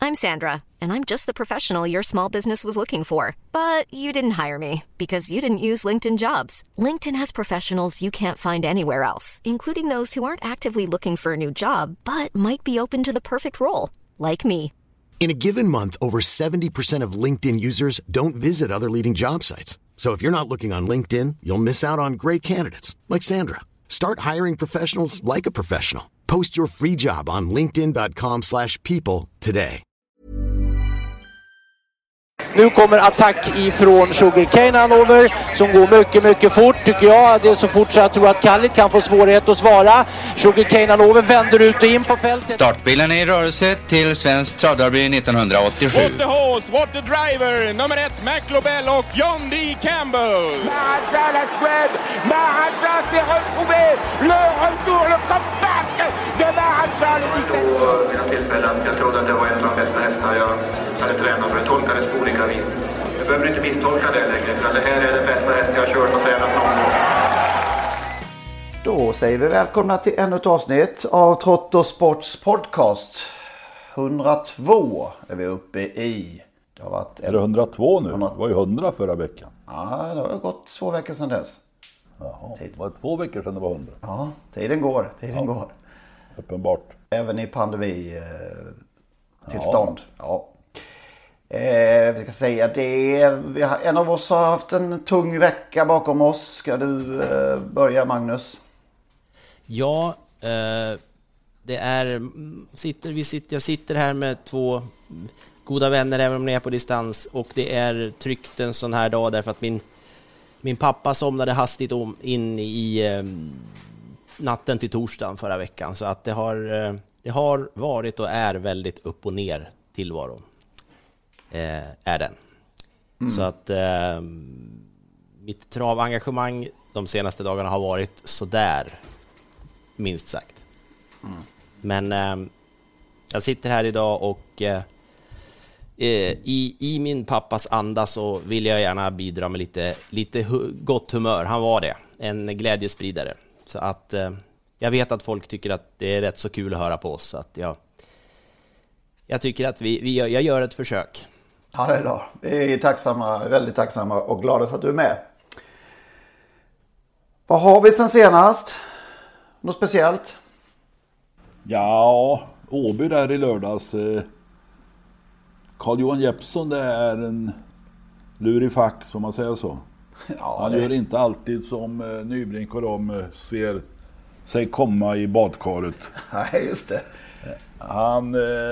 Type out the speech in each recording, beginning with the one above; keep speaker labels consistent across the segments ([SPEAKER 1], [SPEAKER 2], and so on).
[SPEAKER 1] I'm Sandra, and I'm just the professional your small business was looking for. But you didn't hire me because you didn't use LinkedIn Jobs. LinkedIn has professionals you can't find anywhere else, including those who aren't actively looking for a new job, but might be open to the perfect role, like me.
[SPEAKER 2] In a given month, over 70% of LinkedIn users don't visit other leading job sites. So if you're not looking on LinkedIn, you'll miss out on great candidates like Sandra. Start hiring professionals like a professional. Post your free job on linkedin.com/people today.
[SPEAKER 3] Nu kommer attack ifrån Sugarcane Hanover som går mycket, mycket fort tycker jag. Det är så fort så jag tror att Kallit kan få svårighet att svara. Sugarcane Hanover vänder ut och in på fältet.
[SPEAKER 4] Startbilen är i rörelse till Svensk Travderby 1987.
[SPEAKER 5] What the horse, what the driver, nummer 1 McLobel och John D. Campbell.
[SPEAKER 6] Maharaja la Suède, Maharaja s'est retrouvé, le retour, le comeback de Maharaja le 17.
[SPEAKER 7] Mina tillfällen, jag trodde att det var en av de bästa hästar jag hade tränat för. Det tolkades på olika vis. Jag behöver inte misstolka det längre, för det här är det bästa häst jag har kört och tränat någon gång.
[SPEAKER 8] Då säger vi välkomna till ännu ett avsnitt av Trotto Sports podcast. 102 är vi uppe i. Det har varit
[SPEAKER 9] är det 102 nu? Det var ju 100 förra veckan.
[SPEAKER 8] Ja, det har gått 2 veckor sedan dess.
[SPEAKER 9] Jaha, det var 2 veckor sedan det var 100.
[SPEAKER 8] Ja, tiden går. Går.
[SPEAKER 9] Uppenbart.
[SPEAKER 8] Även i pandemitillstånd. Ja. Vi ska säga det. En av oss har haft en tung vecka bakom oss. Ska du börja, Magnus?
[SPEAKER 10] Ja, jag sitter här med 2 goda vänner även om ni är på distans, och det är tryckt en sån här dag därför att min pappa somnade hastigt in i natten till torsdagen förra veckan, så att det har varit och är väldigt upp och ner tillvaron. Är den. Så att mitt travengagemang de senaste dagarna har varit sådär, minst sagt. Men jag sitter här idag och i min pappas anda så vill jag gärna bidra med lite gott humör. Han var det, en glädjespridare. Så att jag vet att folk tycker att det är rätt så kul att höra på oss, så att jag tycker att jag gör ett försök.
[SPEAKER 8] Ja, det är bra. Vi är tacksamma, väldigt tacksamma och glada för att du är med. Vad har vi sen senast? Något speciellt?
[SPEAKER 9] Ja, Åby där i lördags. Carl-Johan Jeppsson, det är en lurifax, som man säger så. Ja, han gör inte alltid som Nybrink och de ser sig komma i badkaret.
[SPEAKER 8] Nej, just det.
[SPEAKER 9] Han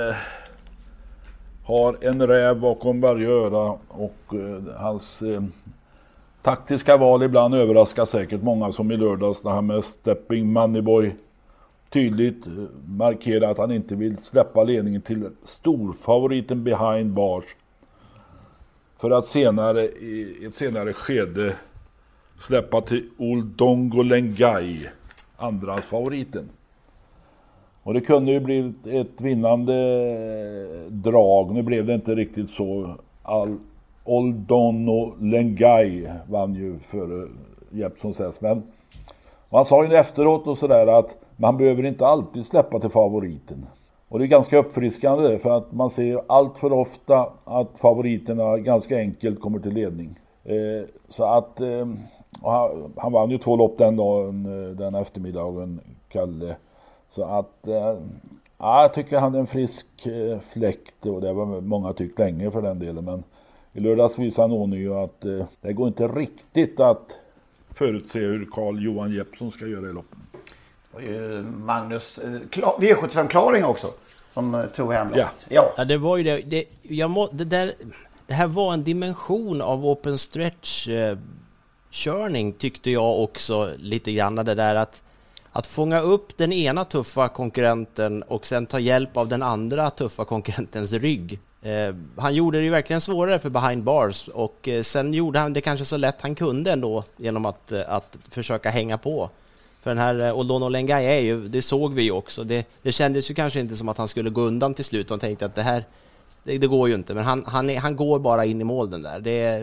[SPEAKER 9] har en räv bakom varje öra, och hans taktiska val ibland överraskar säkert många, som i lördags när han med Stepping Moneyboy tydligt markerar att han inte vill släppa ledningen till storfavoriten Behind Bars, för att senare i ett senare skede släppa till Oldongo Lengai, andrahandsfavoriten. Och det kunde ju bli ett vinnande drag. Nu blev det inte riktigt så. Oldongo Lengai vann ju för Jeppssons häst. Men han sa ju efteråt och sådär att man behöver inte alltid släppa till favoriten. Och det är ganska uppfriskande, för att man ser allt för ofta att favoriterna ganska enkelt kommer till ledning. Så att han vann ju 2 lopp den dagen, den eftermiddagen, Kalle. Så att jag tycker han är en frisk fläkt, och det var många tyckt länge för den delen. Men i lördags visar han ånyo att det går inte riktigt att förutse hur Carl-Johan Jeppsson ska göra i loppen.
[SPEAKER 8] Och Magnus, V75-klaring också, som tog hem loppet.
[SPEAKER 10] Ja, det var ju det. Det här var en dimension av open stretch körning, tyckte jag också lite grann. Det där att fånga upp den ena tuffa konkurrenten och sen ta hjälp av den andra tuffa konkurrentens rygg. Han gjorde det ju verkligen svårare för Behind Bars, och sen gjorde han det kanske så lätt han kunde ändå genom att försöka hänga på. För den här Oldongo Lengai är ju, det såg vi ju också. Det kändes ju kanske inte som att han skulle gå undan till slut, och tänkte att det går ju inte. Men han går bara in i mål den där.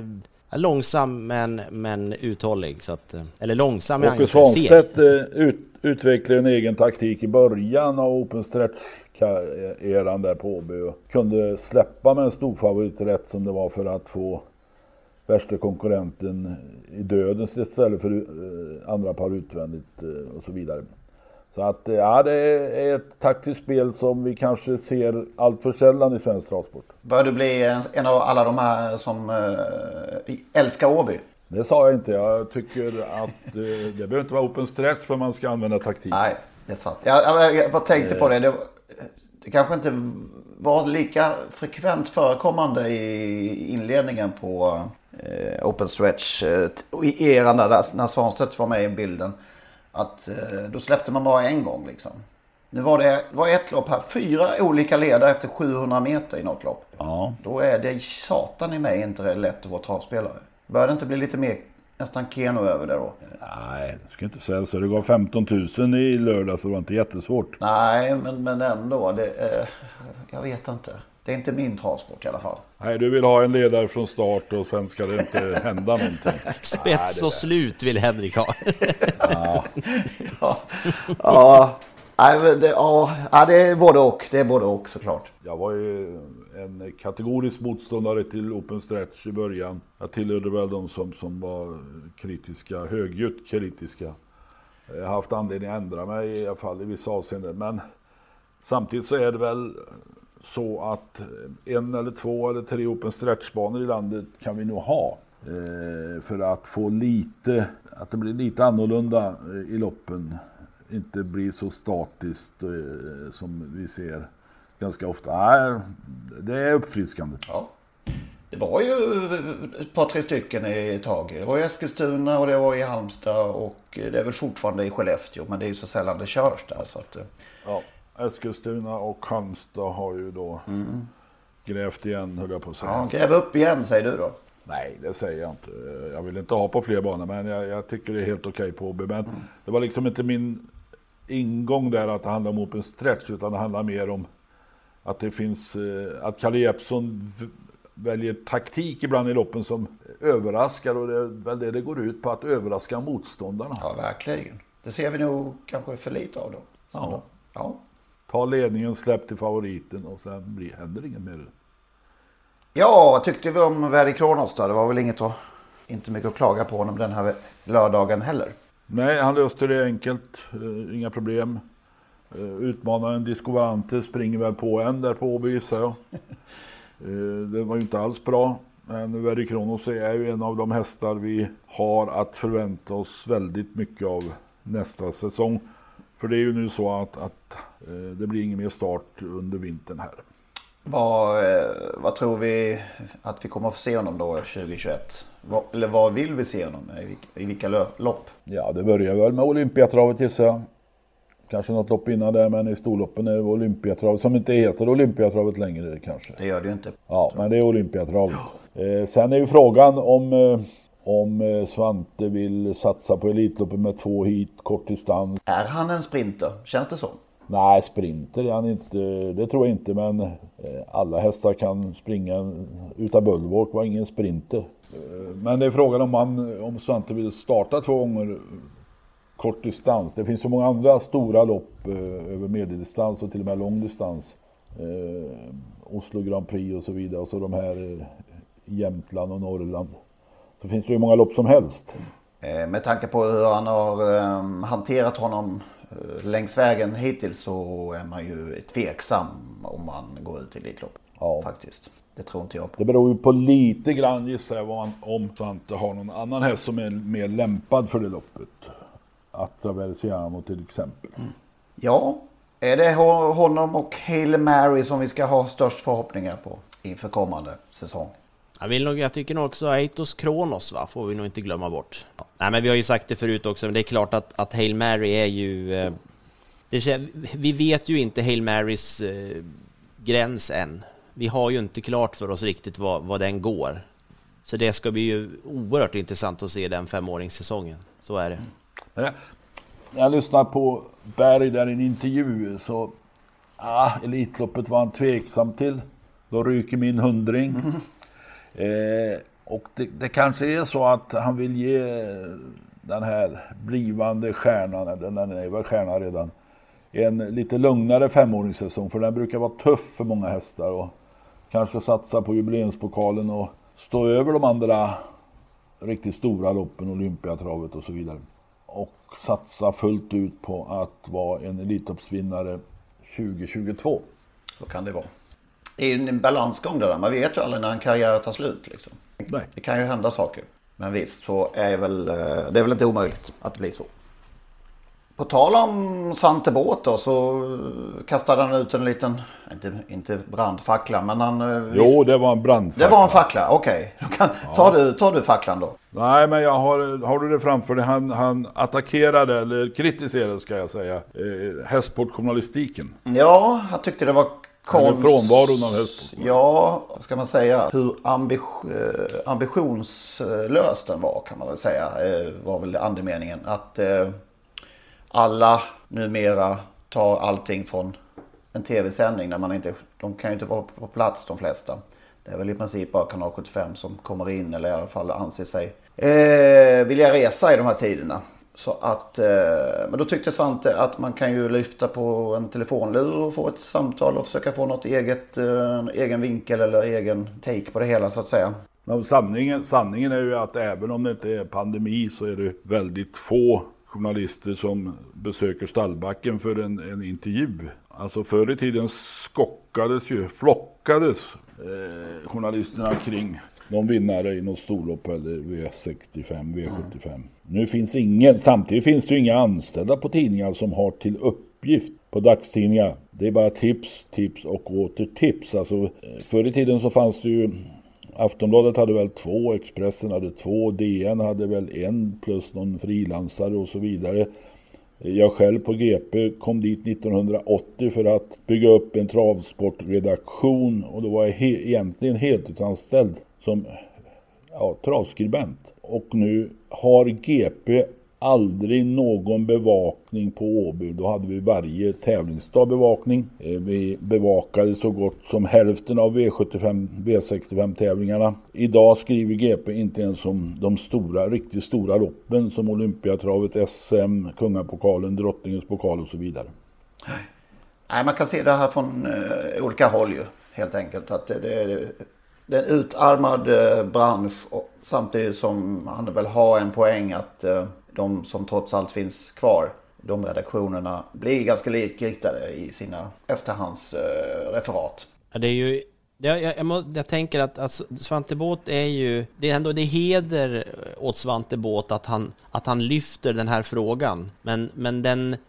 [SPEAKER 10] Långsam men uthållig. Så att, eller långsam.
[SPEAKER 9] Åke Svanstedt utvecklade en egen taktik i början av Open Stretch-eran där på Åby. Kunde släppa med en stor favoriträtt som det var för att få värsta konkurrenten i döden istället för andra par utvändigt och så vidare. Så att ja, det är ett taktiskt spel som vi kanske ser allt för sällan i svensk travsport.
[SPEAKER 8] Bör du bli en av alla de här som älskar Åby?
[SPEAKER 9] Det sa jag inte. Jag tycker att det behöver inte vara open stretch för man ska använda taktik.
[SPEAKER 8] Nej, det är sant. Jag bara tänkte på det. Det kanske inte var lika frekvent förekommande i inledningen på open stretch i eran där när Svanstedt var med i bilden. Att då släppte man bara en gång liksom. Nu var det var ett lopp här. 4 olika ledare efter 700 meter i något lopp.
[SPEAKER 9] Ja.
[SPEAKER 8] Då är det satan i mig inte lätt att vara travspelare. Bör det inte bli lite mer nästan Keno över det då?
[SPEAKER 9] Nej, det ska inte säga så. Det gav 15 000 i lördag så det var inte jättesvårt.
[SPEAKER 8] Nej, men ändå. Jag vet inte. Det är inte min travsport i alla fall.
[SPEAKER 9] Nej, du vill ha en ledare från start och sen ska det inte hända någonting.
[SPEAKER 10] Spets och slut vill Henrik ha.
[SPEAKER 8] Ja. Nej, det är både och. Det är både och såklart.
[SPEAKER 9] Jag var ju en kategorisk motståndare till open stretch i början. Jag tillhörde väl de som var kritiska, högljutt kritiska. Jag har haft anledning att ändra mig i alla fall i vissa avseenden. Men samtidigt så är det väl så att 1 eller 2 eller 3 open stretchbanor i landet kan vi nog ha. För att få lite, att det blir lite annorlunda i loppen. Inte blir så statiskt som vi ser ganska ofta. Nej, det är uppfriskande.
[SPEAKER 8] Ja. Det var ju ett par 3 stycken i tag. Det var i Eskilstuna och det var i Halmstad och det är väl fortfarande i Skellefteå. Men det är ju så sällan det körs där. Så att...
[SPEAKER 9] Ja, Eskilstuna och Halmstad har ju då grävt igen, höll jag på att säga.
[SPEAKER 8] Ja, gräv upp igen säger du då.
[SPEAKER 9] Nej, det säger jag inte. Jag vill inte ha på fler banor, men jag tycker det är helt okej på Åby. Men det var liksom inte min ingång där att det handlar om open stretch, utan det handlar mer om att det finns, att Kalle Jeppsson väljer taktik ibland i loppen som överraskar, och det är väl det går ut på, att överraska motståndarna.
[SPEAKER 8] Ja, verkligen. Det ser vi nog kanske för lite av då. Ja.
[SPEAKER 9] Ta ledningen, släpp till favoriten och sen händer inget med det.
[SPEAKER 8] Ja, vad tyckte vi om Verdi Kronos då? Det var väl inte mycket att klaga på honom den här lördagen heller.
[SPEAKER 9] Nej, han löste det enkelt. Inga problem. Utmanaren Disco Valente springer väl på en där på Åby, gissar jag. Det var ju inte alls bra. Men Verdi Kronos är ju en av de hästar vi har att förvänta oss väldigt mycket av nästa säsong. För det är ju nu så att det blir ingen mer start under vintern här.
[SPEAKER 8] Vad tror vi att vi kommer att få se honom då 2021? Eller vad vill vi se honom i vilka lopp?
[SPEAKER 9] Ja, det börjar väl med Olympiatravet, gissar jag. Kanske något lopp innan där, men i storloppen är det Olympiatravet som inte heter Olympiatravet längre kanske.
[SPEAKER 8] Det gör det ju inte.
[SPEAKER 9] Ja, men det är Olympiatravet. Sen är ju frågan om Svante vill satsa på Elitloppet med 2 hit, kort distans.
[SPEAKER 8] Är han en sprinter? Känns det så?
[SPEAKER 9] Nej, sprinter är han inte. Det tror jag inte, men alla hästar kan springa utan Bullwalk, var ingen sprinter. Men det är frågan om Svante vill starta 2 gånger kort distans. Det finns så många andra stora lopp över medeldistans och till och med lång distans. Oslo Grand Prix och så vidare. Och så de här Jämtland och Norrland. Så finns det ju många lopp som helst.
[SPEAKER 8] Med tanke på hur han har hanterat honom längs vägen hittills, så är man ju tveksam om man går ut i Elitlopp. Ja. Faktiskt. Det tror inte jag på.
[SPEAKER 9] Det beror ju på lite grann, gissar jag, om Svante har någon annan häst som är mer lämpad för det loppet. Att Traversiano till exempel.
[SPEAKER 8] Ja, är det honom och Hail Mary som vi ska ha störst förhoppningar på inför kommande säsong?
[SPEAKER 10] Jag tycker nog också Eitos Kronos, får vi nog inte glömma bort. Nej, men vi har ju sagt det förut också, men det är klart att Hail Mary är ju... vi vet ju inte Hail Marys gräns än. Vi har ju inte klart för oss riktigt vad den går. Så det ska bli ju oerhört intressant att se den 5-åringssäsongen. Så är det.
[SPEAKER 9] Jag lyssnade på Berg där i en intervju, så Elitloppet var han tveksam till. Då ryker min 100. Och det kanske är så att han vill ge den här blivande stjärnan, eller den är väl stjärna redan, en lite lugnare femåringssäsong, för den brukar vara tuff för många hästar, och kanske satsa på jubileumspokalen och stå över de andra riktigt stora loppen, Olympiatravet och så vidare. Och satsa fullt ut på att vara en elitloppsvinnare 2022.
[SPEAKER 8] Så kan det vara. Det är ju en balansgång där. Man vet ju aldrig när en karriär tar slut. Liksom.
[SPEAKER 9] Nej.
[SPEAKER 8] Det kan ju hända saker. Men visst, så är det är väl inte omöjligt att det blir så. På tal om Svante Båth då, så kastade han ut en liten, inte brandfackla, men han...
[SPEAKER 9] Jo, det var en brandfackla.
[SPEAKER 8] Det var en fackla, okej. Tar du facklan då?
[SPEAKER 9] Nej, men jag har du det framför dig? Han attackerade, eller kritiserade ska jag säga, hästsportjournalistiken.
[SPEAKER 8] Ja, jag tyckte det var
[SPEAKER 9] frånvaron av hästsport.
[SPEAKER 8] Ja, vad ska man säga? Hur ambitionslös den var, kan man väl säga, var väl andemeningen. Att alla numera tar allting från en tv-sändning när man inte, de kan ju inte vara på plats de flesta. Det är väl i princip bara kanal 75 som kommer in, eller i alla fall anser sig vilja resa i de här tiderna. Så att, men då tyckte Svante att man kan ju lyfta på en telefonlur och få ett samtal och försöka få något egen vinkel eller egen take på det hela, så att säga.
[SPEAKER 9] Men sanningen är ju att även om det inte är pandemi så är det väldigt få journalister som besöker stallbacken för en intervju. Alltså förr i tiden flockades journalisterna kring någon vinnare i något storlopp eller V65, V75. Nu finns samtidigt finns det ju inga anställda på tidningar som har till uppgift på dagstidningar. Det är bara tips och åter tips. Alltså förr i tiden så fanns det ju, Aftonbladet hade väl 2, Expressen hade 2, DN hade väl 1 plus någon frilansare och så vidare. Jag själv på GP kom dit 1980 för att bygga upp en travsportredaktion, och då var jag egentligen heltidsanställd som travskribent. Och nu har GP aldrig någon bevakning på Åby. Då hade vi varje tävlingsdag bevakning. Vi bevakade så gott som hälften av V65 tävlingarna. Idag skriver GP inte ens om de riktigt stora loppen som Olympiatravet, SM, Kungapokalen, Drottningens pokal och så vidare.
[SPEAKER 8] Nej, man kan se det här från olika håll ju, helt enkelt. Att det är en utarmad bransch, och samtidigt som han väl har en poäng att de som trots allt finns kvar, de redaktionerna, blir ganska likriktade i sina efterhandsreferat.
[SPEAKER 10] Ja, det är ju, jag tänker att Svante Båth är ju, det är ändå det heder åt Svante Båth att han lyfter den här frågan, men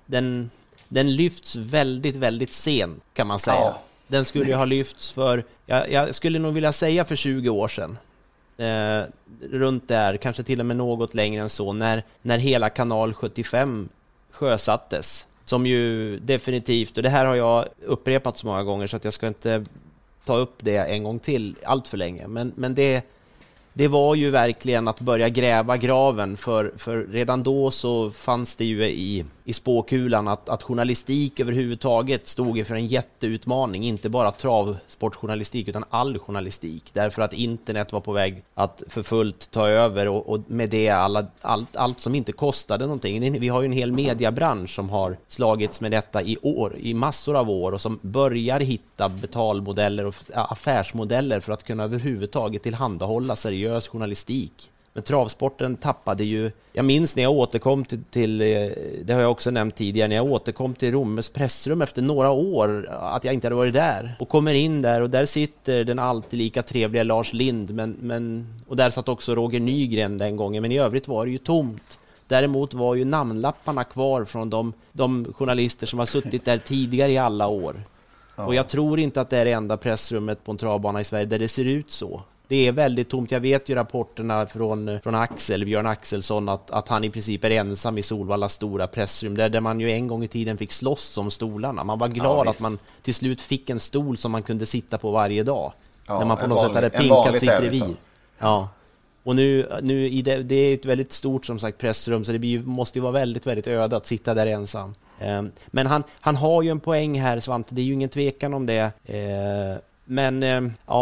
[SPEAKER 10] den lyfts väldigt, väldigt sent, kan man säga. Ja. Den skulle ju ha lyfts för, jag skulle nog vilja säga för 20 år sedan. Runt där, kanske till och med något längre än så, när hela kanal 75 sjösattes. Som ju definitivt, och det här har jag upprepat så många gånger så att jag ska inte ta upp det en gång till allt för länge. Men det var ju verkligen att börja gräva graven, för redan då så fanns det ju i spåkulan att journalistik överhuvudtaget stod för en jätteutmaning, inte bara travsportjournalistik utan all journalistik, därför att internet var på väg att för fullt ta över, och med det allt som inte kostade någonting. Vi har ju en hel mediebransch som har slagits med detta i massor av år, och som börjar hitta betalmodeller och affärsmodeller för att kunna överhuvudtaget tillhandahålla seriös journalistik. Men travsporten tappade ju. Jag minns när jag återkom till det har jag också nämnt tidigare, när jag återkom till Rommes pressrum efter några år, att jag inte hade varit där, och kommer in där, och där sitter den alltid lika trevliga Lars Lind, och där satt också Roger Nygren den gången, men i övrigt var det ju tomt. Däremot var ju namnlapparna kvar från de journalister som har suttit där tidigare i alla år. Ja. Och jag tror inte att det är det enda pressrummet på en travbana i Sverige där det ser ut så. Det är väldigt tomt. Jag vet ju rapporterna från Björn Axelsson att han i princip är ensam i Solvallas stora pressrum, där man ju en gång i tiden fick slåss om stolarna. Man var glad att man till slut fick en stol som man kunde sitta på varje dag. När man på något sätt hade pinkat sitt revir. Ja. Och nu det är ett väldigt stort, som sagt, pressrum, så det måste ju vara väldigt, väldigt öde att sitta där ensam. Men han har ju en poäng här, Svante. Det är ju ingen tvekan om det. Men ja,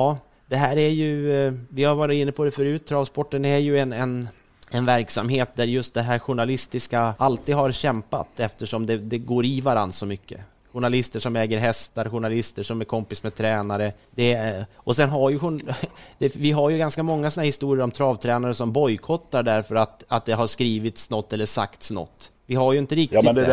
[SPEAKER 10] Det här är ju, vi har varit inne på det förut, travsporten är ju en verksamhet där just det här journalistiska alltid har kämpat, eftersom det går i varann så mycket. Journalister som äger hästar, journalister som är kompis med tränare. Och sen har ju vi har ju ganska många såna historier om travtränare som bojkottar därför att det har skrivits något eller sagts något. Vi har ju inte riktigt
[SPEAKER 9] det. Ja, men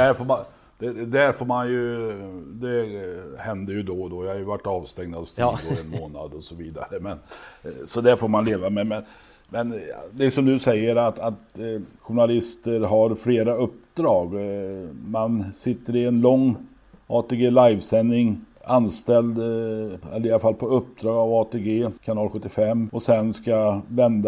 [SPEAKER 9] det får man ju, det händer ju då och då. Jag har ju varit avstängd av Stig en månad och så vidare. Men, så det får man leva med. Men det är som du säger att journalister har flera uppdrag. Man sitter i en lång ATG livesändning, anställd, eller i alla fall på uppdrag av ATG, kanal 75, och sen ska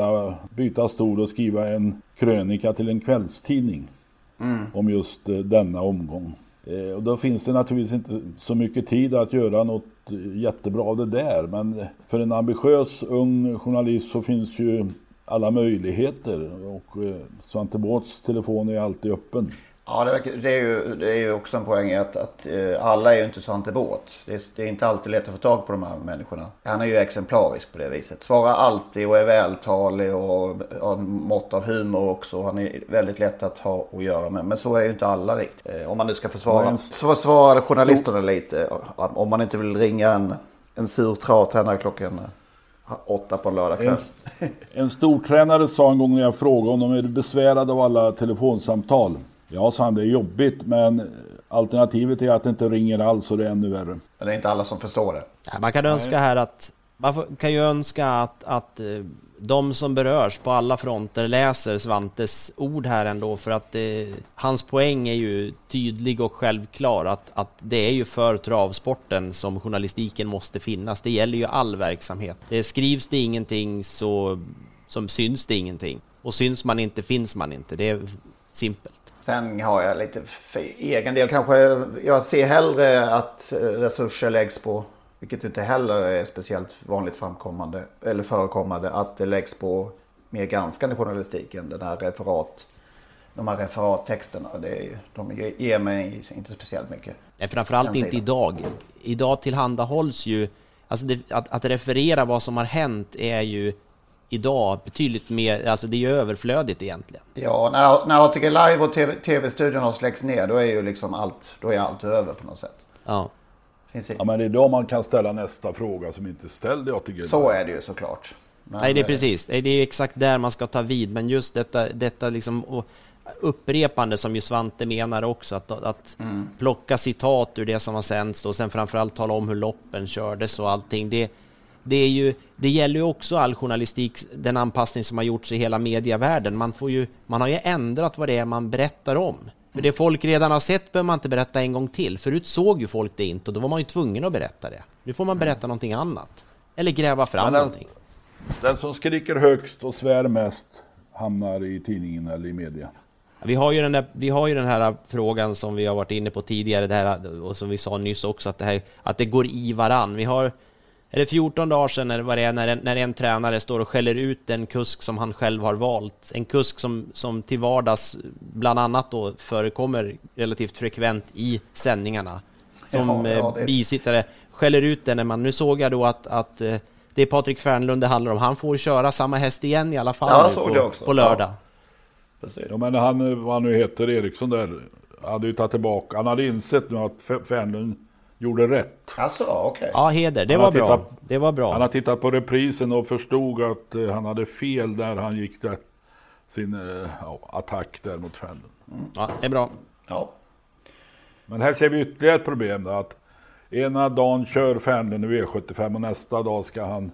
[SPEAKER 9] byta stol och skriva en krönika till en kvällstidning om just denna omgång. Och då finns det naturligtvis inte så mycket tid att göra något jättebra av det där, men för en ambitiös ung journalist så finns ju alla möjligheter, och Svante Båths telefon är alltid öppen.
[SPEAKER 8] Ja, det är ju också en poäng att alla är ju inte Svante Båth. Det är inte alltid lätt att få tag på de här människorna. Han är ju exemplarisk på det viset. Svarar alltid och är vältalig och har en mått av humor också. Han är väldigt lätt att ha att göra med. Men så är ju inte alla riktigt. Om man nu ska försvara journalisterna lite. Om man inte vill ringa en sur travtränare klockan 8 på en lördagkväll.
[SPEAKER 9] En stortränare sa en gång när jag frågade om de är besvärade av alla telefonsamtal. Ja, så han, det är jobbigt, men alternativet är att det inte ringer alls, och det är ännu värre.
[SPEAKER 8] Men det är inte alla som förstår det.
[SPEAKER 10] Ja, man kan önska här att kan ju önska att de som berörs på alla fronter läser Svantes ord här ändå, för att hans poäng är ju tydlig och självklar, att det är ju för travsporten som journalistiken måste finnas. Det gäller ju all verksamhet. Det skrivs det ingenting så syns det ingenting. Och syns man inte, finns man inte. Det är simpelt.
[SPEAKER 8] Sen har jag lite för egen del kanske, jag ser hellre att resurser läggs på, vilket inte heller är speciellt vanligt förekommande, att det läggs på mer granskande journalistiken, de här referattexterna. De ger mig inte speciellt mycket.
[SPEAKER 10] Nej, framförallt inte idag. Idag tillhandahålls ju, alltså att referera vad som har hänt är ju idag betydligt mer, alltså det är ju överflödigt egentligen.
[SPEAKER 8] Ja, när ATG Live och TV-studion har släckts ner, då är ju liksom allt över på något sätt.
[SPEAKER 10] Ja.
[SPEAKER 9] Ja, men det är då man kan ställa nästa fråga som inte ställde ATG Live.
[SPEAKER 8] Så är det ju såklart. Men
[SPEAKER 10] nej, det är precis. Det är exakt där man ska ta vid, men just detta liksom, och upprepande som ju Svante menar också, att plocka citat ur det som har sänds och sen framförallt tala om hur loppen kördes och allting. Det gäller ju också all journalistik, den anpassning som har gjorts i hela medievärlden. Man har ju ändrat vad det är man berättar om. För det folk redan har sett behöver man inte berätta en gång till. Förut såg ju folk det inte, och då var man ju tvungen att berätta det. Nu får man berätta någonting annat. Eller gräva fram någonting.
[SPEAKER 9] Den som skriker högst och svär mest hamnar i tidningen eller i media.
[SPEAKER 10] Vi har ju den här frågan som vi har varit inne på tidigare, det här, och som vi sa nyss också, att det går i varann. Vi har 14 dagar sedan när en tränare står och skäller ut en kusk som han själv har valt. En kusk som till vardags bland annat då förekommer relativt frekvent i sändningarna. Som bisittare skäller ut den. Nu såg jag då att det är Patrik Fernlund det handlar om. Han får köra samma häst igen i alla fall på lördag.
[SPEAKER 9] Ja, men han nu heter Eriksson där, hade ju tagit tillbaka. Han hade insett nu att Fernlund gjorde rätt.
[SPEAKER 8] Alltså, okej.
[SPEAKER 10] Ja, heder. Det var bra.
[SPEAKER 9] Han har tittat på reprisen och förstod att han hade fel där han gick där sin attack där mot Fernlund.
[SPEAKER 10] Ja, det är bra.
[SPEAKER 8] Ja.
[SPEAKER 9] Men här ser vi ytterligare ett problem då, att ena dagen kör Fernlund i V75 och nästa dag ska han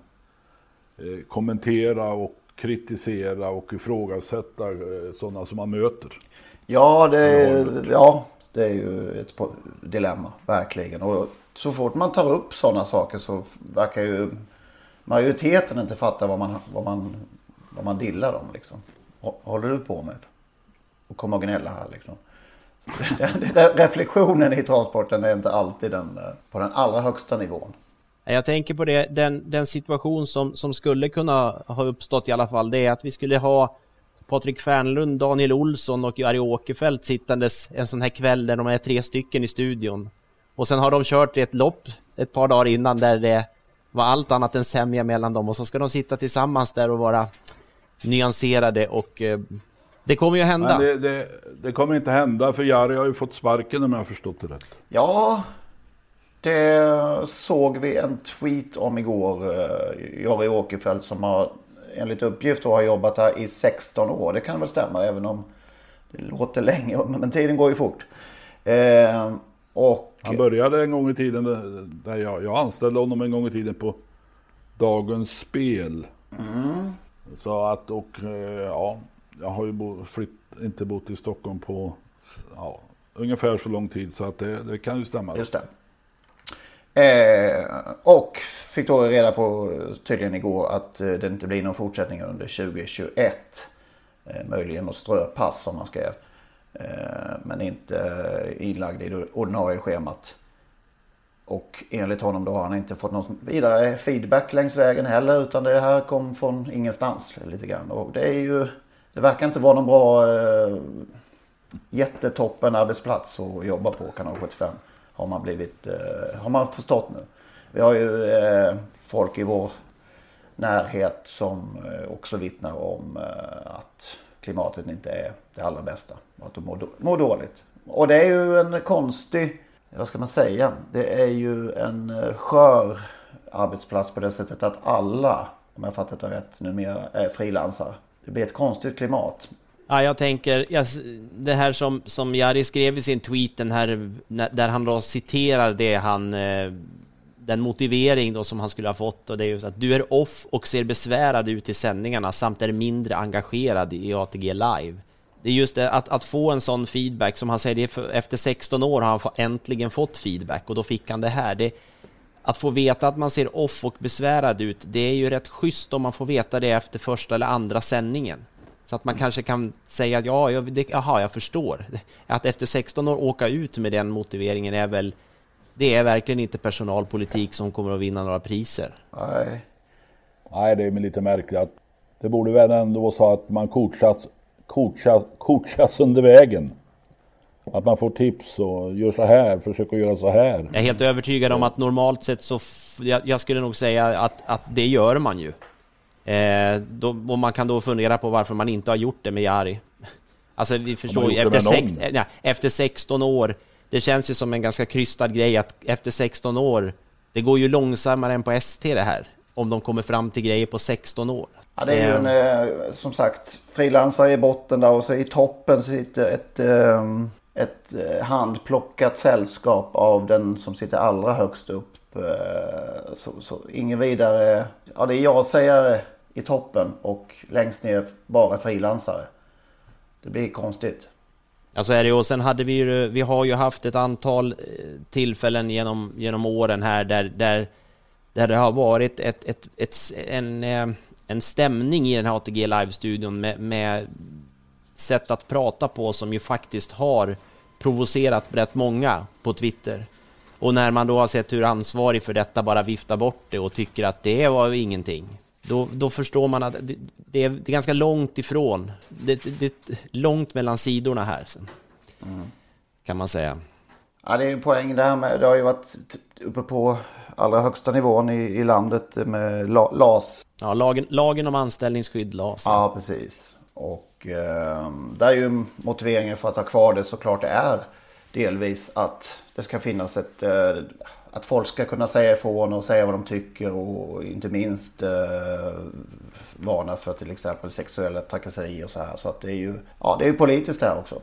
[SPEAKER 9] kommentera och kritisera och ifrågasätta sådana som man möter.
[SPEAKER 8] Ja, det är ju ett dilemma, verkligen. Och så fort man tar upp sådana saker så verkar ju majoriteten inte fatta vad man dillar om liksom. Håller du på med? Och kommer och gnälla här liksom. Reflektionen i travsporten är inte alltid på den allra högsta nivån.
[SPEAKER 10] Jag tänker på det, den situation som skulle kunna ha uppstått i alla fall, det är att vi skulle ha Patrik Fernlund, Daniel Olsson och Jari Åkerfeldt sittandes en sån här kväll där de är 3 stycken i studion. Och sen har de kört ett lopp ett par dagar innan där vara allt annat än sämja mellan dem, och så ska de sitta tillsammans där och vara nyanserade, och det kommer ju hända.
[SPEAKER 9] Men det kommer inte hända, för Jari har ju fått sparken om jag har förstått det rätt.
[SPEAKER 8] Ja, det såg vi en tweet om igår. Jari Åkerfeldt som har enligt uppgift har jobbat här i 16 år. Det kan väl stämma, även om det låter länge, men tiden går ju fort. Och
[SPEAKER 9] han började en gång i tiden där jag anställde honom en gång i tiden på Dagens Spel. Så att, jag har ju inte bott i Stockholm på ungefär så lång tid, så att det kan ju stämma.
[SPEAKER 8] Just det. Och fick då reda på tydligen igår att det inte blir någon fortsättning under 2021. Möjligen något ströpass som man skrev. Men inte inlagd i det ordinarie schemat. Och enligt honom då har han inte fått någon vidare feedback längs vägen heller, utan det här kom från ingenstans lite grann. Och det verkar inte vara någon bra jättetoppen arbetsplats att jobba på, Kanal 75. Har man förstått nu. Vi har ju folk i vår närhet som också vittnar om att klimatet inte är det allra bästa. Att de mår dåligt. Och det är ju en konstig, vad ska man säga? Det är ju en skör arbetsplats på det sättet att alla, om jag fattat det rätt, numera är frilansare. Det blir ett konstigt klimat.
[SPEAKER 10] Ja, jag tänker, det här som Jari skrev i sin tweet, den här, där han då citerar den motivering då som han skulle ha fått, och det är ju så att du är off och ser besvärad ut i sändningarna samt är mindre engagerad i ATG Live. Det är just det, att få en sån feedback, som han säger, efter 16 år har han äntligen fått feedback, och då fick han det här. Att få veta att man ser off och besvärad ut, det är ju rätt schysst om man får veta det efter första eller andra sändningen. Så att man kanske kan säga att jag förstår. Att efter 16 år åka ut med den motiveringen det är verkligen inte personalpolitik som kommer att vinna några priser.
[SPEAKER 8] Nej,
[SPEAKER 9] det är lite märkligt. Att det borde väl ändå vara så att man coachas under vägen. Att man får tips och gör så här, försöker göra så här.
[SPEAKER 10] Jag är helt övertygad om att normalt sett så jag skulle nog säga att det gör man ju. Och man kan då fundera på varför man inte har gjort det med Jari. Alltså vi förstår ju, efter 16 år, det känns ju som en ganska krystad grej att efter 16 år, det går ju långsammare än på ST det här, om de kommer fram till grejer på 16 år.
[SPEAKER 8] Ja, det är ju som sagt, frilansare i botten där, och så i toppen sitter ett handplockat sällskap av den som sitter allra högst upp. Så ingen vidare, det är jag-sägare i toppen och längst ner bara frilansare. Det blir konstigt.
[SPEAKER 10] Ja, så är det. Och sen hade vi har ju haft ett antal tillfällen genom åren här där det har varit en stämning i den här ATG Live-studion med sätt att prata på som ju faktiskt har provocerat rätt många på Twitter. Och när man då har sett hur ansvarig för detta bara viftar bort det och tycker att det var ingenting, då förstår man att det är ganska långt ifrån. Det är långt mellan sidorna här, kan man säga.
[SPEAKER 8] Ja, det är en poäng där med. Det har ju varit uppe på allra högsta nivån i landet med LAS.
[SPEAKER 10] Ja, lagen om anställningsskydd, LAS.
[SPEAKER 8] Ja, precis. Och där är ju motiveringen för att ha kvar det såklart det är delvis att det ska finnas att folk ska kunna säga ifrån och säga vad de tycker, och inte minst varna för till exempel sexuella trakasserier och så här. Så att det är ju politiskt här också.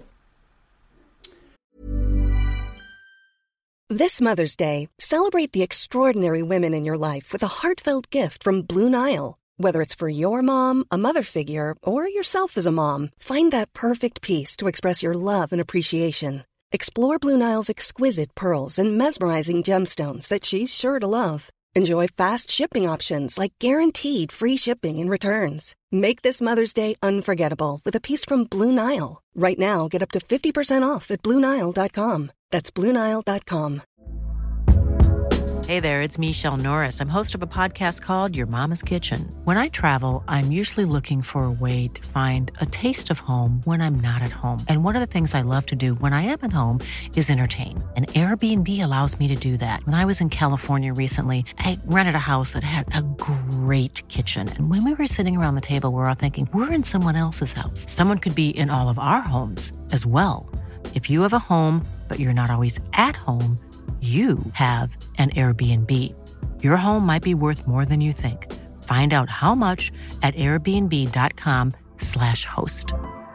[SPEAKER 11] This Mother's Day, celebrate the extraordinary women in your life with a heartfelt gift from Blue Nile. Whether it's for your mom, a mother figure, or yourself as a mom, find that perfect piece to express your love and appreciation. Explore Blue Nile's exquisite pearls and mesmerizing gemstones that she's sure to love. Enjoy fast shipping options like guaranteed free shipping and returns. Make this Mother's Day unforgettable with a piece from Blue Nile. Right now, get up to 50% off at BlueNile.com. That's BlueNile.com.
[SPEAKER 12] Hey there, it's Michelle Norris. I'm host of a podcast called Your Mama's Kitchen. When I travel, I'm usually looking for a way to find a taste of home when I'm not at home. And one of the things I love to do when I am at home is entertain. And Airbnb allows me to do that. When I was in California recently, I rented a house that had a great kitchen. And when we were sitting around the table, we were all thinking, we're in someone else's house. Someone could be in all of our homes as well. If you have a home, but you're not always at home, you have an Airbnb. Your home might be worth more than you think. Find out how much at airbnb.com/host.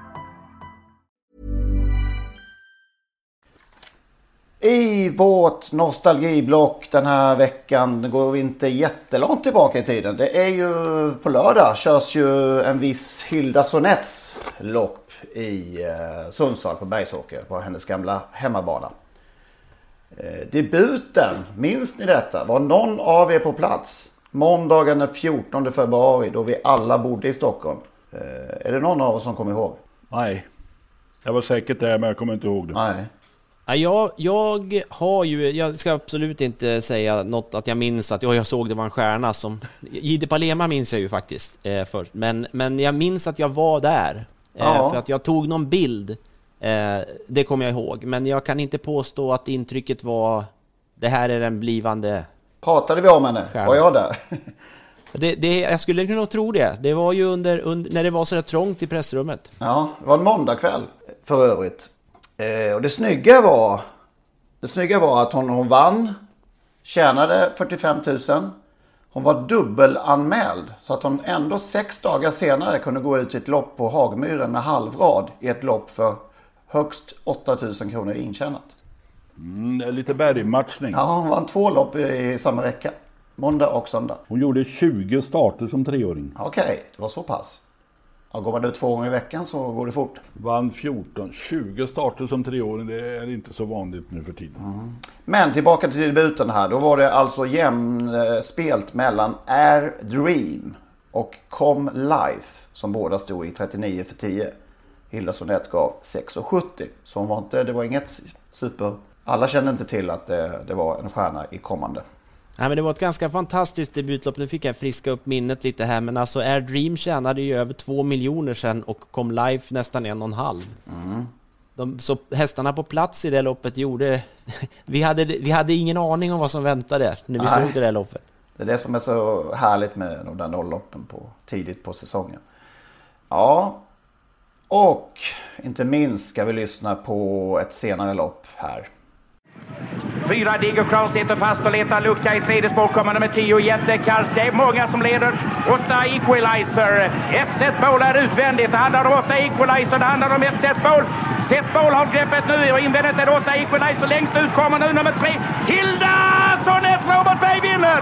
[SPEAKER 8] I vårt nostalgiblock den här veckan går vi inte jättelångt tillbaka i tiden. Det är ju på lördag körs ju en viss Hilda Sonets lopp i Sundsvall på Bergsåker på hennes gamla hemmabana. Debuten, minns ni detta? Var någon av er på plats måndagen den 14 februari då vi alla bodde i Stockholm? Är det någon av oss som kommer ihåg?
[SPEAKER 9] Nej, jag var säkert där men jag kommer inte ihåg det.
[SPEAKER 8] Nej.
[SPEAKER 10] Jag ska absolut inte säga något att jag minns att jag såg det var en stjärna som Ide Palema minns jag ju faktiskt först. Men jag minns att jag var där för att jag tog någon bild. Det kommer jag ihåg, men jag kan inte påstå att intrycket var det här är den blivande.
[SPEAKER 8] Pratade vi om henne? Var jag där?
[SPEAKER 10] Jag skulle nog tro det. Det var ju under när det var så där trångt i pressrummet.
[SPEAKER 8] Ja, det var en måndagkväll för övrigt. Och det snygga var att hon vann, tjänade 45 000. Hon var dubbelanmäld så att hon ändå 6 dagar senare kunde gå ut i ett lopp på Hagmyren med halvrad i ett lopp för högst 8 000 kronor intjänat.
[SPEAKER 9] Det är lite bergmatchning.
[SPEAKER 8] Ja, hon vann 2 lopp i samma vecka. Måndag och söndag.
[SPEAKER 9] Hon gjorde 20 starter som 3-åring.
[SPEAKER 8] Okej, det var så pass. Ja, går man ut 2 gånger i veckan så går det fort.
[SPEAKER 9] Vann 20 starter som 3-åring, det är inte så vanligt nu för tiden.
[SPEAKER 8] Men tillbaka till debuten här. Då var det alltså jämnspelt mellan Air Dream och Com Life som båda stod i 39 för 10. Hilda Sonet gav 6,70. Så hon var inte, det var inget super. Alla kände inte till att det var en stjärna i kommande.
[SPEAKER 10] Nej, men det var ett ganska fantastiskt debutlopp. Nu fick jag friska upp minnet lite här. Men alltså Air Dream tjänade ju över 2 miljoner sedan och kom Life nästan 1,5. Så hästarna på plats i det loppet gjorde... vi hade ingen aning om vad som väntade när vi såg det där loppet.
[SPEAKER 8] Det är det som är så härligt med de där nollloppen tidigt på säsongen. Ja, och inte minst ska vi lyssna på ett senare lopp här.
[SPEAKER 6] 4 Digger Crown sitter fast och letar lucka i tredje spår. Kommer nummer 10 Jättekars. Det är många som leder. 8 Equalizer. Ett set Bowl är utvändigt. Det handlar om 8 Equalizer. Det handlar om ett set Bowl. Set Bowl har greppet nu och invändigt är det 8 Equalizer. Längst ut kommer nu nummer 3 Hilda Sonnet. Robert Berg vinner.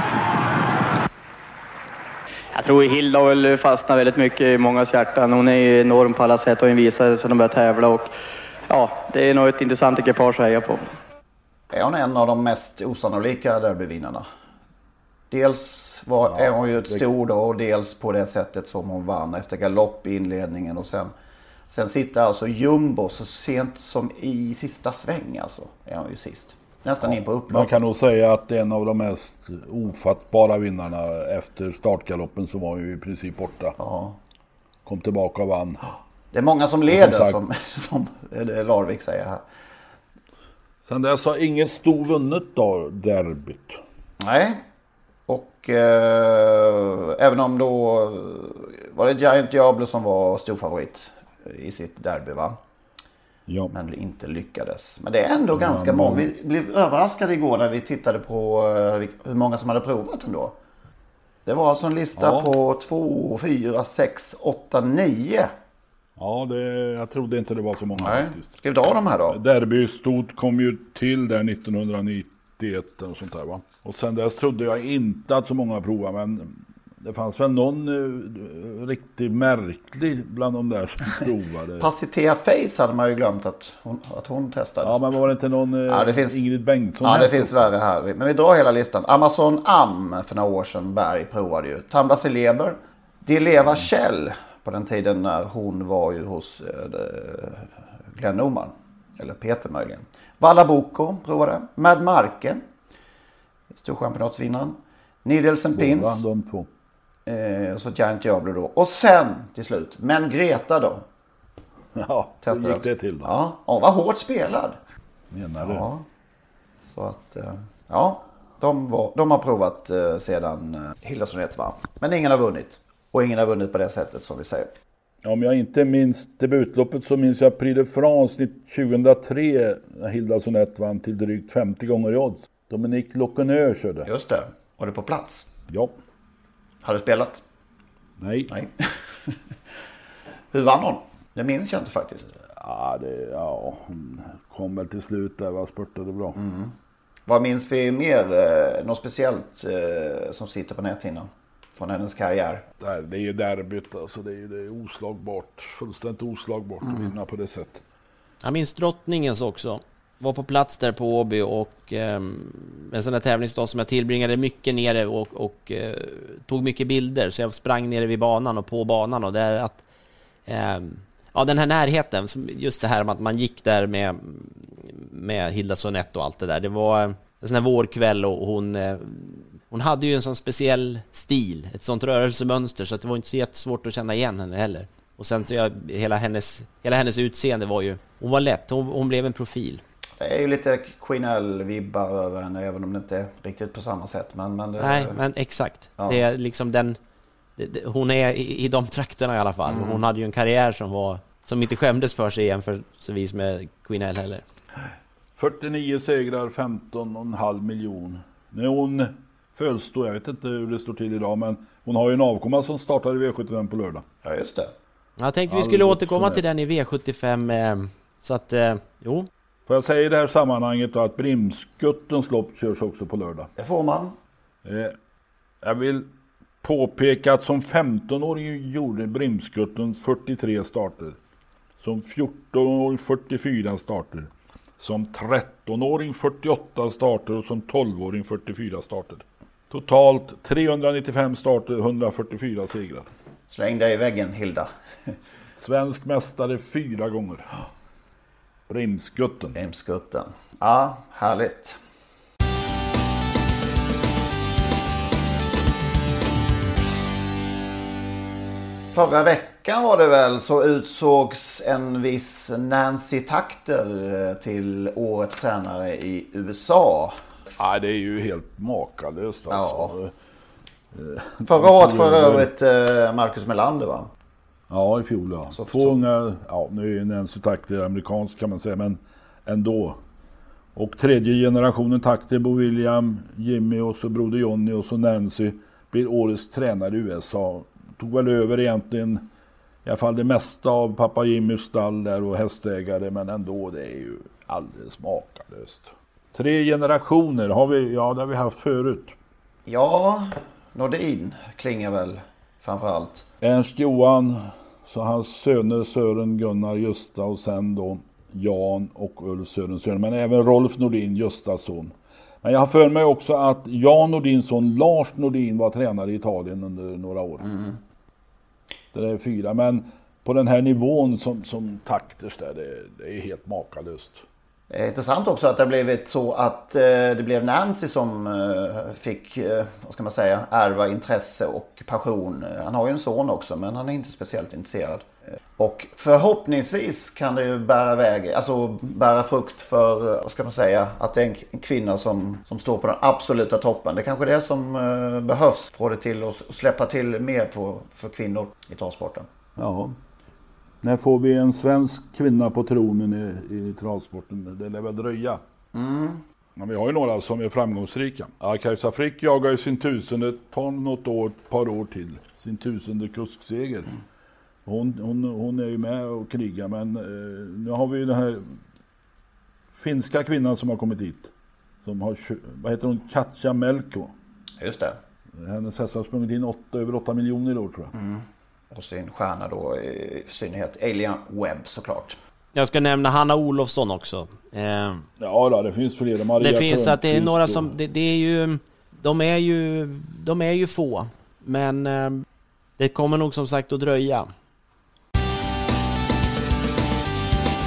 [SPEAKER 13] Jag tror Hilda vill fastna väldigt mycket i mångas hjärtan. Hon är ju enorm på alla sätt och visar sig när de börjar tävla. Och ja, det är nog ett intressant ekipage att heja på.
[SPEAKER 8] Är hon en av de mest osannolika derbyvinnarna? Dels är hon ju ett stor då, och dels på det sättet som hon vann efter galopp i inledningen. Och sen sitter alltså Jumbo så sent som i sista sväng alltså, är hon ju sist. Nästan in på upplopp.
[SPEAKER 9] Man kan nog säga att en av de mest ofattbara vinnarna efter startgaloppen så var ju i princip borta.
[SPEAKER 8] Ja.
[SPEAKER 9] Kom tillbaka och vann.
[SPEAKER 8] Det är många som leder som Larvik säger här.
[SPEAKER 9] Sen dess har inget stor vunnet då derbyt.
[SPEAKER 8] Nej. Och även om då var det Giant Diablo som var stor favorit i sitt derby, va?
[SPEAKER 9] Ja.
[SPEAKER 8] Men inte lyckades. Men det är ändå ganska många. Vi blev överraskade igår när vi tittade på hur många som hade provat ändå. Det var alltså en lista på 2, 4, 6, 8, 9.
[SPEAKER 9] Ja, jag trodde inte det var så många.
[SPEAKER 8] Nej. Ska vi dra de här då?
[SPEAKER 9] Derbystot kom ju till där 1991 och sånt där, va? Och sen dess trodde jag inte att så många provade, men det fanns väl någon riktigt märklig bland de där som provade.
[SPEAKER 8] Pacitea Face hade man ju glömt att hon testade.
[SPEAKER 9] Ja, men var det inte någon Ingrid Bengtsson?
[SPEAKER 8] Ja, det finns värre här. Men vi drar hela listan. Amazon Am för några år sedan, Berg provade ju. Tambla Celeber. Dileva Kjell på den tiden när hon var ju hos Glenn Norman. Eller Peter möjligen. Valla Boko provade. Mad Marke. storchampionatsvinnaren. Nielsen Pins.
[SPEAKER 9] De två.
[SPEAKER 8] Och så Giant Diablo då. Och sen till slut, men Greta då.
[SPEAKER 9] Ja, det gick det till då.
[SPEAKER 8] Ja, var hårt spelad.
[SPEAKER 9] Menar du?
[SPEAKER 8] Ja. Så att, ja, de har provat sedan Hildarsson vann. Men ingen har vunnit. Och ingen har vunnit på det sättet som vi säger.
[SPEAKER 9] Om jag inte minns debutloppet så minns jag Prix de France 2003 när Hildarsson vann till drygt 50 gånger i odds. Dominique Lockenö körde.
[SPEAKER 8] Just det. Var du på plats?
[SPEAKER 9] Ja.
[SPEAKER 8] Har du spelat?
[SPEAKER 9] Nej.
[SPEAKER 8] Hur vann hon? Det minns jag inte faktiskt.
[SPEAKER 9] Ja, hon kom väl till slut där, spurtade bra.
[SPEAKER 8] Mm. Vad minns vi mer? Något speciellt som sitter på näthinnan från hennes karriär?
[SPEAKER 9] Det är ju derbyt, alltså det är oslagbart. Fullständigt oslagbart att vinna på det sättet.
[SPEAKER 10] Jag minns drottningens också. Var på plats där på Åby och en sån här tävlingsdag som jag tillbringade mycket nere och tog mycket bilder. Så jag sprang nere vid banan och på banan och där att den här närheten, just det här med att man gick där med Hilda Sonett och allt det där. Det var en sån här vårkväll och hon hade ju en sån speciell stil, ett sånt rörelsemönster så att det var inte så jättesvårt att känna igen henne heller. Och sen så hela hennes utseende var ju, hon var lätt, hon blev en profil.
[SPEAKER 8] Det är ju lite Queen-vibbar över henne, även om det inte är riktigt på samma sätt.
[SPEAKER 10] Nej, men exakt. Ja. Det är liksom hon är i de trakterna i alla fall. Mm. Hon hade ju en karriär som inte skämdes för sig jämförelsevis med Queen heller.
[SPEAKER 9] 49 segrar, 15,5 miljoner. När hon följs då, jag vet inte hur det står till idag, men hon har ju en avkomma som startar i V75 på lördag.
[SPEAKER 8] Ja, just det.
[SPEAKER 10] Jag tänkte vi skulle återkomma till den i V75, så att, jo.
[SPEAKER 9] Får jag säga i det här sammanhanget då att Brimskuttens lopp körs också på lördag?
[SPEAKER 8] Det får man.
[SPEAKER 9] Jag vill påpeka att som 15-åring gjorde Brimskutten 43 starter. Som 14-åring 44 starter. Som 13-åring 48 starter och som 12-åring 44 starter. Totalt 395 starter, 144 segrar.
[SPEAKER 8] Släng dig i väggen, Hilda.
[SPEAKER 9] Svensk mästare 4 gånger. Brimskutten.
[SPEAKER 8] Ja, härligt. Förra veckan var det väl så utsågs en viss Nancy Takter till årets tränare i USA.
[SPEAKER 9] Ja, det är ju helt makalöst alltså.
[SPEAKER 8] Ja. Förra året för övrigt Marcus Melander, va?
[SPEAKER 9] Ja, i fjol ja. Så två unga, nu är Nancy Takter amerikansk kan man säga, men ändå. Och tredje generationen Takter, Bo William, Jimmy och så broder Johnny och så Nancy blir årets tränare i USA. Tog väl över egentligen i alla fall det mesta av pappa Jimmys stall där och hästägare, men ändå det är ju alldeles makalöst. 3 generationer har vi, det har vi haft förut.
[SPEAKER 8] Ja, Nordin klingar väl framförallt.
[SPEAKER 9] Ernst Johan, så hans söner Sören, Gunnar, Gösta och sen då Jan och Ulf Sören, men även Rolf Nordin, Göstas son. Men jag har för mig också att Jan Nordins son Lars Nordin var tränare i Italien under några år. Mm. Det är 4, men på den här nivån som Takters där, det är helt makalöst.
[SPEAKER 8] Det är intressant också att det har blivit så att det blev Nancy som fick, vad ska man säga, ärva intresse och passion. Han har ju en son också, men han är inte speciellt intresserad. Och förhoppningsvis kan det ju bära frukt för, vad ska man säga, att det är en kvinna som står på den absoluta toppen. Det är kanske det som behövs för det till att släppa till mer för kvinnor i travsporten.
[SPEAKER 9] Ja. När får vi en svensk kvinna på tronen i travsporten? Det lär väl dröja. Mm. Men vi har ju några som är framgångsrika. Kajsa Frick jagar ju sin 1000, tar något par år till. Sin 1000:e kuskseger. Hon är ju med och krigar, men nu har vi ju den här finska kvinnan som har kommit hit. Som har, vad heter hon? Katja Melko.
[SPEAKER 8] Just det.
[SPEAKER 9] Hennes häst har sprungit in över 8 miljoner i år, tror jag.
[SPEAKER 8] Mm. Och sin stjärna då i synnerhet Alien Webb såklart.
[SPEAKER 10] Jag ska nämna Hanna Olofsson också.
[SPEAKER 9] Ja, det finns flera. Maria
[SPEAKER 10] det finns att det är några som det är ju de är ju få, men det kommer nog som sagt att dröja.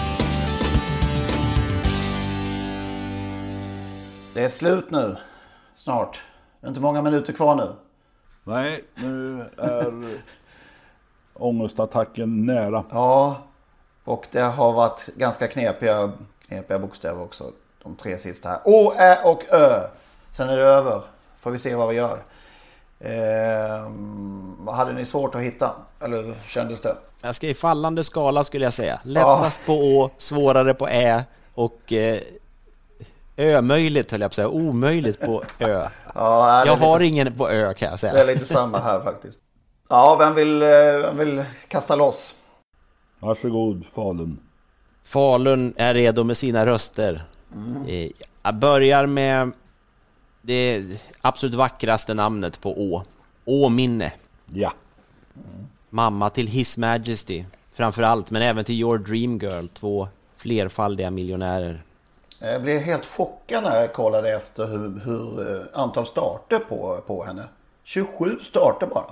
[SPEAKER 8] Det är slut nu. snart. Det är inte många minuter kvar nu.
[SPEAKER 9] Nej, nu är ångestattacken nära.
[SPEAKER 8] Ja, och det har varit ganska knepiga bokstäver också. De 3 sista här. Å, Ä och Ö. Sen är det över. Får vi se vad vi gör. Vad hade ni svårt att hitta? Eller kändes det?
[SPEAKER 10] Jag ska i fallande skala skulle jag säga. Lättast på Å, svårare på Ä och Ö-möjligt höll jag på att säga. Omöjligt på Ö.
[SPEAKER 8] Ja,
[SPEAKER 10] jag har ingen på Ö kan jag säga.
[SPEAKER 8] Det är lite samma här faktiskt. Ja, vem vill kasta loss?
[SPEAKER 9] Varsågod, Falun.
[SPEAKER 10] Falun är redo med sina röster. Jag börjar med det absolut vackraste namnet på Å. Åminne.
[SPEAKER 9] Ja.
[SPEAKER 10] Mamma till His Majesty framförallt, men även till Your Dream Girl, 2 flerfaldiga miljonärer. Jag
[SPEAKER 8] blev helt chockad när jag kollade efter hur antal starter på henne. 27 starter bara.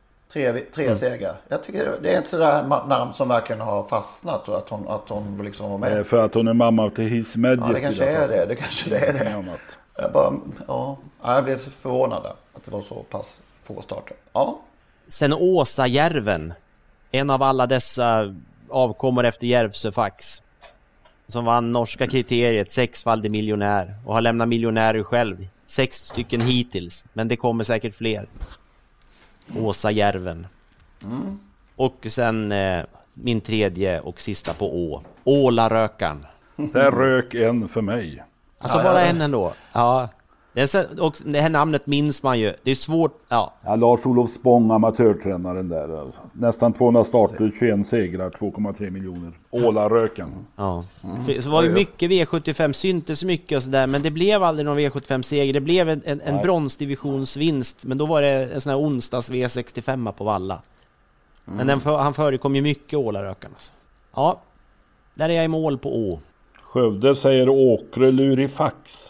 [SPEAKER 8] 3 segrar. Jag tycker det är inte sådär namn som verkligen har fastnat och att hon liksom var med.
[SPEAKER 9] För att hon är mamma till His Majesty.
[SPEAKER 8] Ja, det kanske är det. Det kanske är det. Jag blev förvånad att det var så pass få starter. Ja.
[SPEAKER 10] Sen Åsa-Järven, en av alla dessa avkommor efter Järvsöfax, som vann norska kriteriet, 6-faldig miljonär och har lämnat miljonärer själv. 6 stycken hittills, men det kommer säkert fler. Åsa-Järven. Och sen min tredje och sista på Å. Ålarökan.
[SPEAKER 9] Där rök en för mig.
[SPEAKER 10] Alltså bara en ändå. Ja. Och det här namnet minns man ju. Det är svårt. Ja,
[SPEAKER 9] Lars-Olof Spång, amatörtränaren där. Nästan 200 starter, 21 segrar, 2,3 miljoner. Ålarökan.
[SPEAKER 10] Ja. Så var ju mycket V75, syntes mycket och sådär. Men det blev aldrig någon V75-seger. Det blev en bronsdivisionsvinst. Men då var det en sån här onsdags V65 på Valla. Men han förekom ju mycket Ålarökan. Alltså. Ja, där är jag i mål på Å.
[SPEAKER 9] Skövde säger Åkre Lurifax.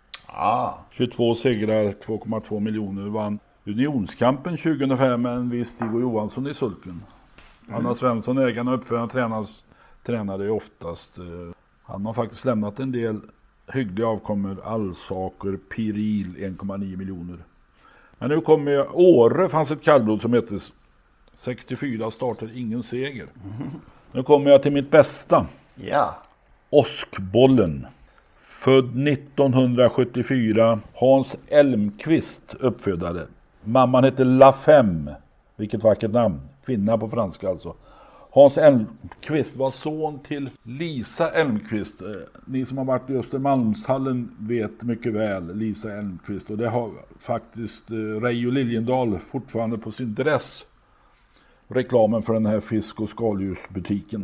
[SPEAKER 8] 22
[SPEAKER 9] segrar, 2,2 miljoner, vann Unionskampen 2005 med en viss Stig och Johansson i sulken. Anna Svensson, ägarna och uppföraren, tränade ju oftast. Han har faktiskt lämnat en del hyggliga avkommor, Allsaker, Piril, 1,9 miljoner. Men nu kommer jag, Åre fanns ett kallblod som hette 64 starter, ingen seger. Nu kommer jag till mitt bästa.
[SPEAKER 8] Ja.
[SPEAKER 9] Åskbollen. Född 1974, Hans Elmqvist uppfödare. Mamman heter La Femme, vilket vackert namn, kvinna på franska alltså. Hans Elmqvist var son till Lisa Elmqvist. Ni som har varit i Östermalmshallen vet mycket väl Lisa Elmqvist. Och det har faktiskt Reijo Liljendahl fortfarande på sin dress. Reklamen för den här fisk- och skaldjursbutiken.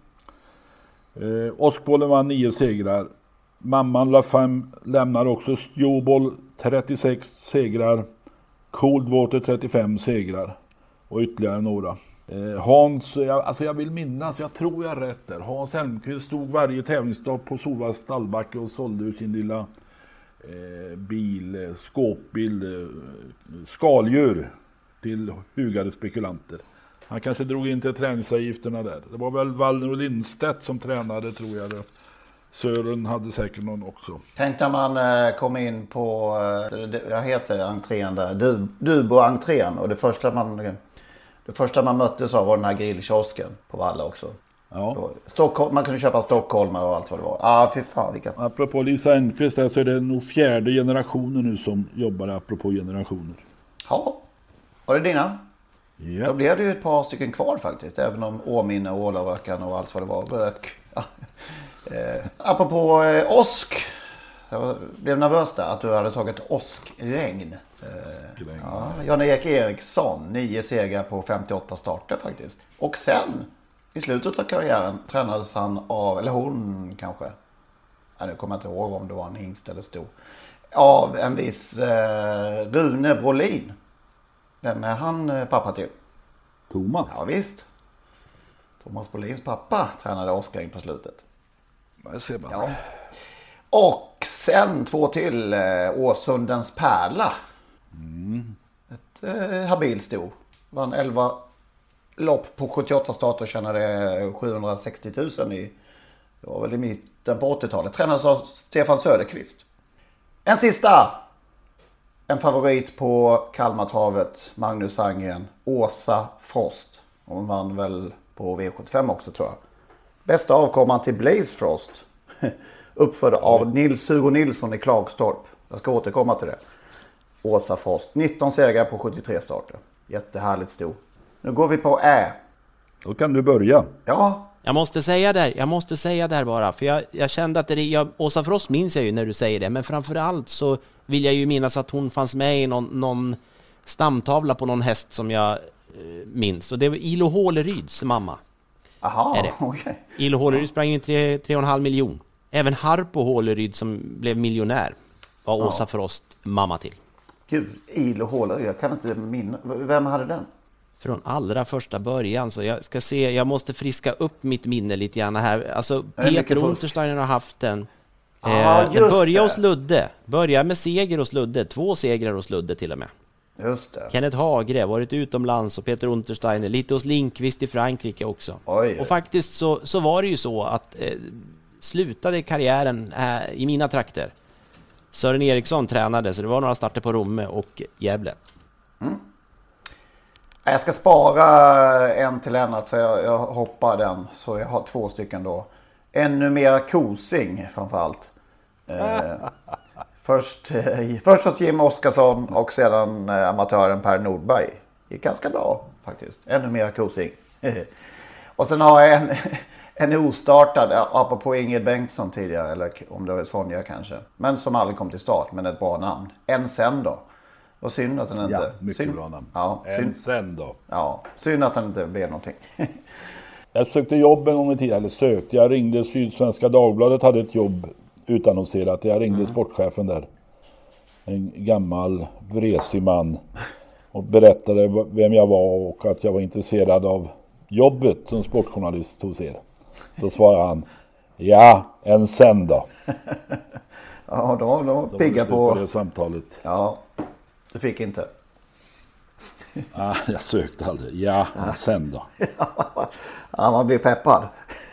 [SPEAKER 9] Åskbollen var 9 segrar. Mamman La Femme lämnar också Stjobol 36 segrar, Coldwater 35 segrar och ytterligare några. Hans, jag vill minnas, jag tror jag är rätt där. Hans Helmqvist stod varje tävlingsdag på Solvalls stallbacke och sålde ut sin lilla skåpbil, skaldjur till hugade spekulanter. Han kanske drog in till träningsavgifterna där. Det var väl Wallner och Lindstedt som tränade, tror jag det. Sören hade säkert någon också.
[SPEAKER 8] Tänk när man kom in på, jag heter entrén där, Dubo-entrén. Och det första man möttes av var den här grillkiosken på Valla också.
[SPEAKER 9] Ja.
[SPEAKER 8] Stockholm, man kunde köpa Stockholmare och allt vad det var. Fy fan vilka.
[SPEAKER 9] Apropå Lisa Enqvist där, så är det nog 4:e generationen nu som jobbar apropå generationer.
[SPEAKER 8] Ja, var det dina?
[SPEAKER 9] Ja.
[SPEAKER 8] Då blev det ju ett par stycken kvar faktiskt. Även om Åminne, Ålarökan och allt vad det var. Rök. Apropå åsk. Jag blev nervös där att du hade tagit åskregn. Jan-Erik Eriksson, 9 segrar på 58 starter faktiskt. Och sen i slutet av karriären tränades han av, eller hon kanske. Nu kommer jag inte ihåg om det var en hingst eller stor. Av en viss Rune Brolin. Vem är han pappa till?
[SPEAKER 9] Thomas.
[SPEAKER 8] Ja visst. Thomas Brolins pappa tränade åskregn på slutet.
[SPEAKER 9] Jag ser bara.
[SPEAKER 8] Ja. Och sen 2 till. Åsundens Pärla. Ett habil sto. Vann 11 lopp på 78 starter och tjänade 760 000 i. Det var väl i mitten på 80-talet. Tränades av Stefan Söderqvist. En sista. En favorit på Kalmartravet, Magnus Sandgren, Åsa Frost. Hon vann väl på V75 också tror jag. Bästa avkomman till Blaze Frost. Uppförd av Hugo Nilsson i Klagstorp. Jag ska återkomma till det. Åsa Frost. 19 segrar på 73 starter. Jättehärligt stor. Nu går vi på Ä.
[SPEAKER 9] Då kan du börja.
[SPEAKER 8] Ja.
[SPEAKER 10] Jag måste säga där bara. För jag kände att Åsa Frost minns jag ju när du säger det. Men framförallt så vill jag ju minnas att hon fanns med i någon stamtavla på någon häst som jag minns. Och det var Ilo Håleryds mamma.
[SPEAKER 8] Aha, okej. Okay.
[SPEAKER 10] Ilo Håleryd sprang in 3,5 miljon. Även Harpo Håleryd som blev miljonär var Åsa Frost mamma till.
[SPEAKER 8] Gud, Ilo Håleryd, jag kan inte minna. Vem hade den?
[SPEAKER 10] Från allra första början, så jag måste friska upp mitt minne lite grann här. Alltså Peter Untersteiner har haft den. Den började hos Ludde. Började med seger hos Ludde. 2 segrar hos Ludde till och med.
[SPEAKER 8] Just det.
[SPEAKER 10] Kenneth Hagre varit utomlands och Peter Untersteiner lite hos Lindqvist i Frankrike också.
[SPEAKER 8] Oj.
[SPEAKER 10] Och faktiskt så var det ju så att slutade karriären i mina trakter. Sören Eriksson tränade, så det var några starter på Romme och Gävle.
[SPEAKER 8] Mm. Jag ska spara en till Lennart, så jag hoppar den. Så jag har 2 stycken då. Ännu mera Kosing framförallt. Först hos Jim Oskarsson och sedan amatören Per Nordberg. Det är ganska bra faktiskt. Ännu mera Kosing. Och sen har jag en ostartad, apropå Ingrid Bengtsson tidigare, eller om det var Sonja kanske. Men som aldrig kom till start, men ett bra namn. En sen då. Och synd att den inte...
[SPEAKER 9] Ja, mycket bra namn.
[SPEAKER 8] Ja,
[SPEAKER 9] sen då.
[SPEAKER 8] Ja, synd att den inte blev någonting.
[SPEAKER 9] Jag sökte jobb en gång i tiden, eller sökte. Jag ringde Sydsvenska Dagbladet, hade ett jobb utannonserat. Jag ringde sportchefen där. En gammal, vresig man. Och berättade vem jag var och att jag var intresserad av jobbet som sportjournalist hos er. Då svarade han, ja, en sen då.
[SPEAKER 8] Ja, då pigga på
[SPEAKER 9] det samtalet.
[SPEAKER 8] Ja, du fick inte.
[SPEAKER 9] Ja, jag sökte aldrig. Ja, en sen då.
[SPEAKER 8] Ja, man blir peppad.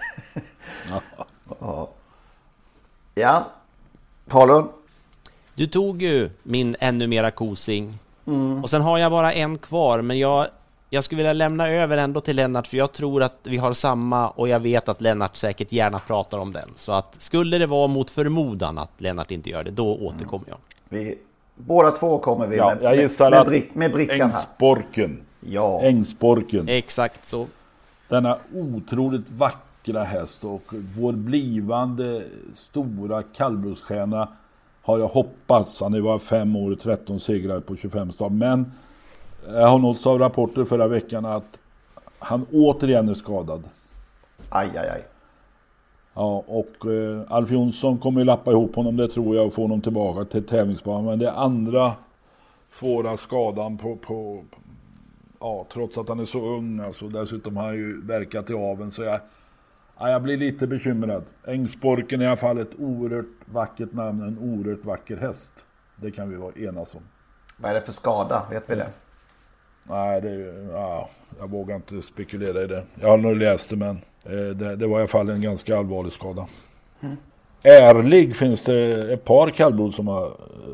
[SPEAKER 8] Ja, Falun.
[SPEAKER 10] Du tog ju min ännu mera Kosing. Och sen har jag bara en kvar, men jag skulle vilja lämna över ändå till Lennart, för jag tror att vi har samma, och jag vet att Lennart säkert gärna pratar om den. Så att skulle det vara mot förmodan att Lennart inte gör det, då återkommer jag.
[SPEAKER 8] Båda två kommer vi med brickan här.
[SPEAKER 9] Ängsborken.
[SPEAKER 8] Ja.
[SPEAKER 9] Ängsborken.
[SPEAKER 10] Exakt så.
[SPEAKER 9] Denna otroligt vackra häst och vår blivande stora kallblodsstjärna har jag hoppats. Han är bara 5 år och 13 segrar på 25 stad. Men jag har nåtts av rapporter förra veckan att han återigen är skadad.
[SPEAKER 8] Aj.
[SPEAKER 9] Ja, och Alf Jonsson kommer ju lappa ihop honom, det tror jag, och få honom tillbaka till tävlingsbanan. Men det är andra svåra skadan på trots att han är så ung. Alltså, dessutom har han ju verkat i aven, så jag blir lite bekymrad. Ängsborken är i alla fall ett oerhört vackert namn, en oerhört vacker häst. Det kan vi vara enas om.
[SPEAKER 8] Vad är det för skada? Vet vi det?
[SPEAKER 9] Nej, jag vågar inte spekulera i det. Jag har nog läst det, men det var i alla fall en ganska allvarlig skada. Ärlig finns det ett par kallblod som har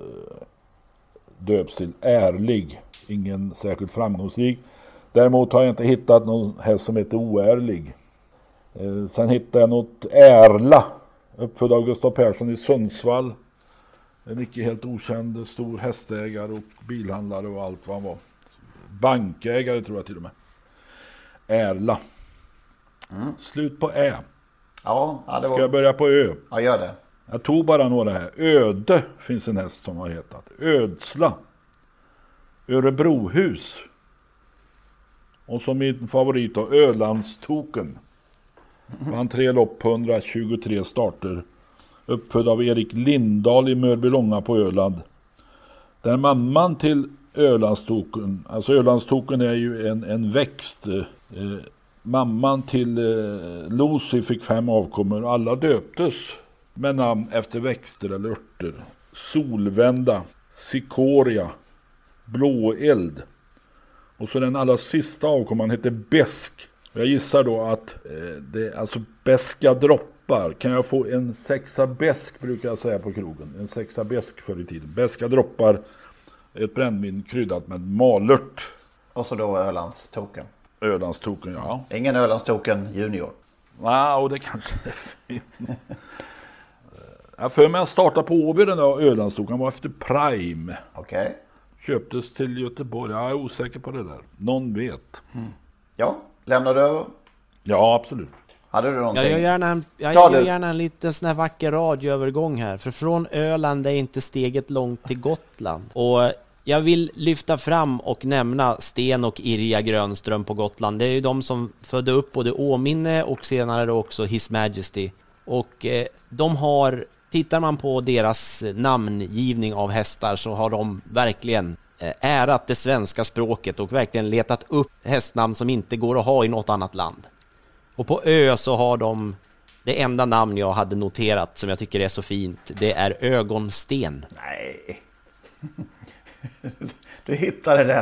[SPEAKER 9] döpts till Ärlig. Ingen särskilt framgångsrik. Däremot har jag inte hittat någon häst som heter Oärlig. Sen hittade jag något Ärla, uppfödd av Gustav Persson i Sundsvall. En icke helt okänd stor hästägare och bilhandlare och allt vad han var. Bankägare tror jag till och med. Ärla. Slut på Ä.
[SPEAKER 8] Ja, det var...
[SPEAKER 9] Ska jag börja på Ö?
[SPEAKER 8] Ja, gör det.
[SPEAKER 9] Jag tog bara några här. Öde finns en häst som har hetat. Ödsla. Örebrohus. Och som min favorit då, Ölandstoken. Han 3 lopp på 123 starter. Uppfödd av Erik Lindahl i Mörbylånga på Öland. Där mamman till Ölandstoken, alltså Ölandstoken är ju en växt. Mamman till Lucy fick 5 avkommor och alla döptes med namn efter växter eller örter. Solvända, Sikoria, Blåeld. Och så den allra sista avkomman heter Besk. Jag gissar då att det är alltså beska droppar. Kan jag få en 6 besk brukar jag säga på krogen. En 6 besk förr i tiden. Beska droppar Ett brännvin kryddat med malört.
[SPEAKER 8] Och så då Ölandstoken.
[SPEAKER 9] Ölandstoken, ja.
[SPEAKER 8] Ingen Ölandstoken junior.
[SPEAKER 9] Ja, och det kanske är fint. Jag för mig att starta på Åby den där Ölandstoken var efter Prime.
[SPEAKER 8] Okej.
[SPEAKER 9] Köptes till Göteborg. Jag är osäker på det där. Någon vet.
[SPEAKER 8] Ja, lämnar du över?
[SPEAKER 9] Ja, absolut.
[SPEAKER 8] Hade du någonting?
[SPEAKER 10] Jag gör gärna en liten sån här vacker radioövergång här. För från Öland är inte steget långt till Gotland. Och jag vill lyfta fram och nämna Sten och Irja Grönström på Gotland. Det är ju de som födde upp både Åminne och senare också His Majesty. Och de har, tittar man på deras namngivning av hästar så har de verkligen ärat det svenska språket och verkligen letat upp hästnamn som inte går att ha i något annat land. Och på Ö så har de det enda namn jag hade noterat som jag tycker är så fint. Det är Ögonsten.
[SPEAKER 8] Nej. Du hittade den.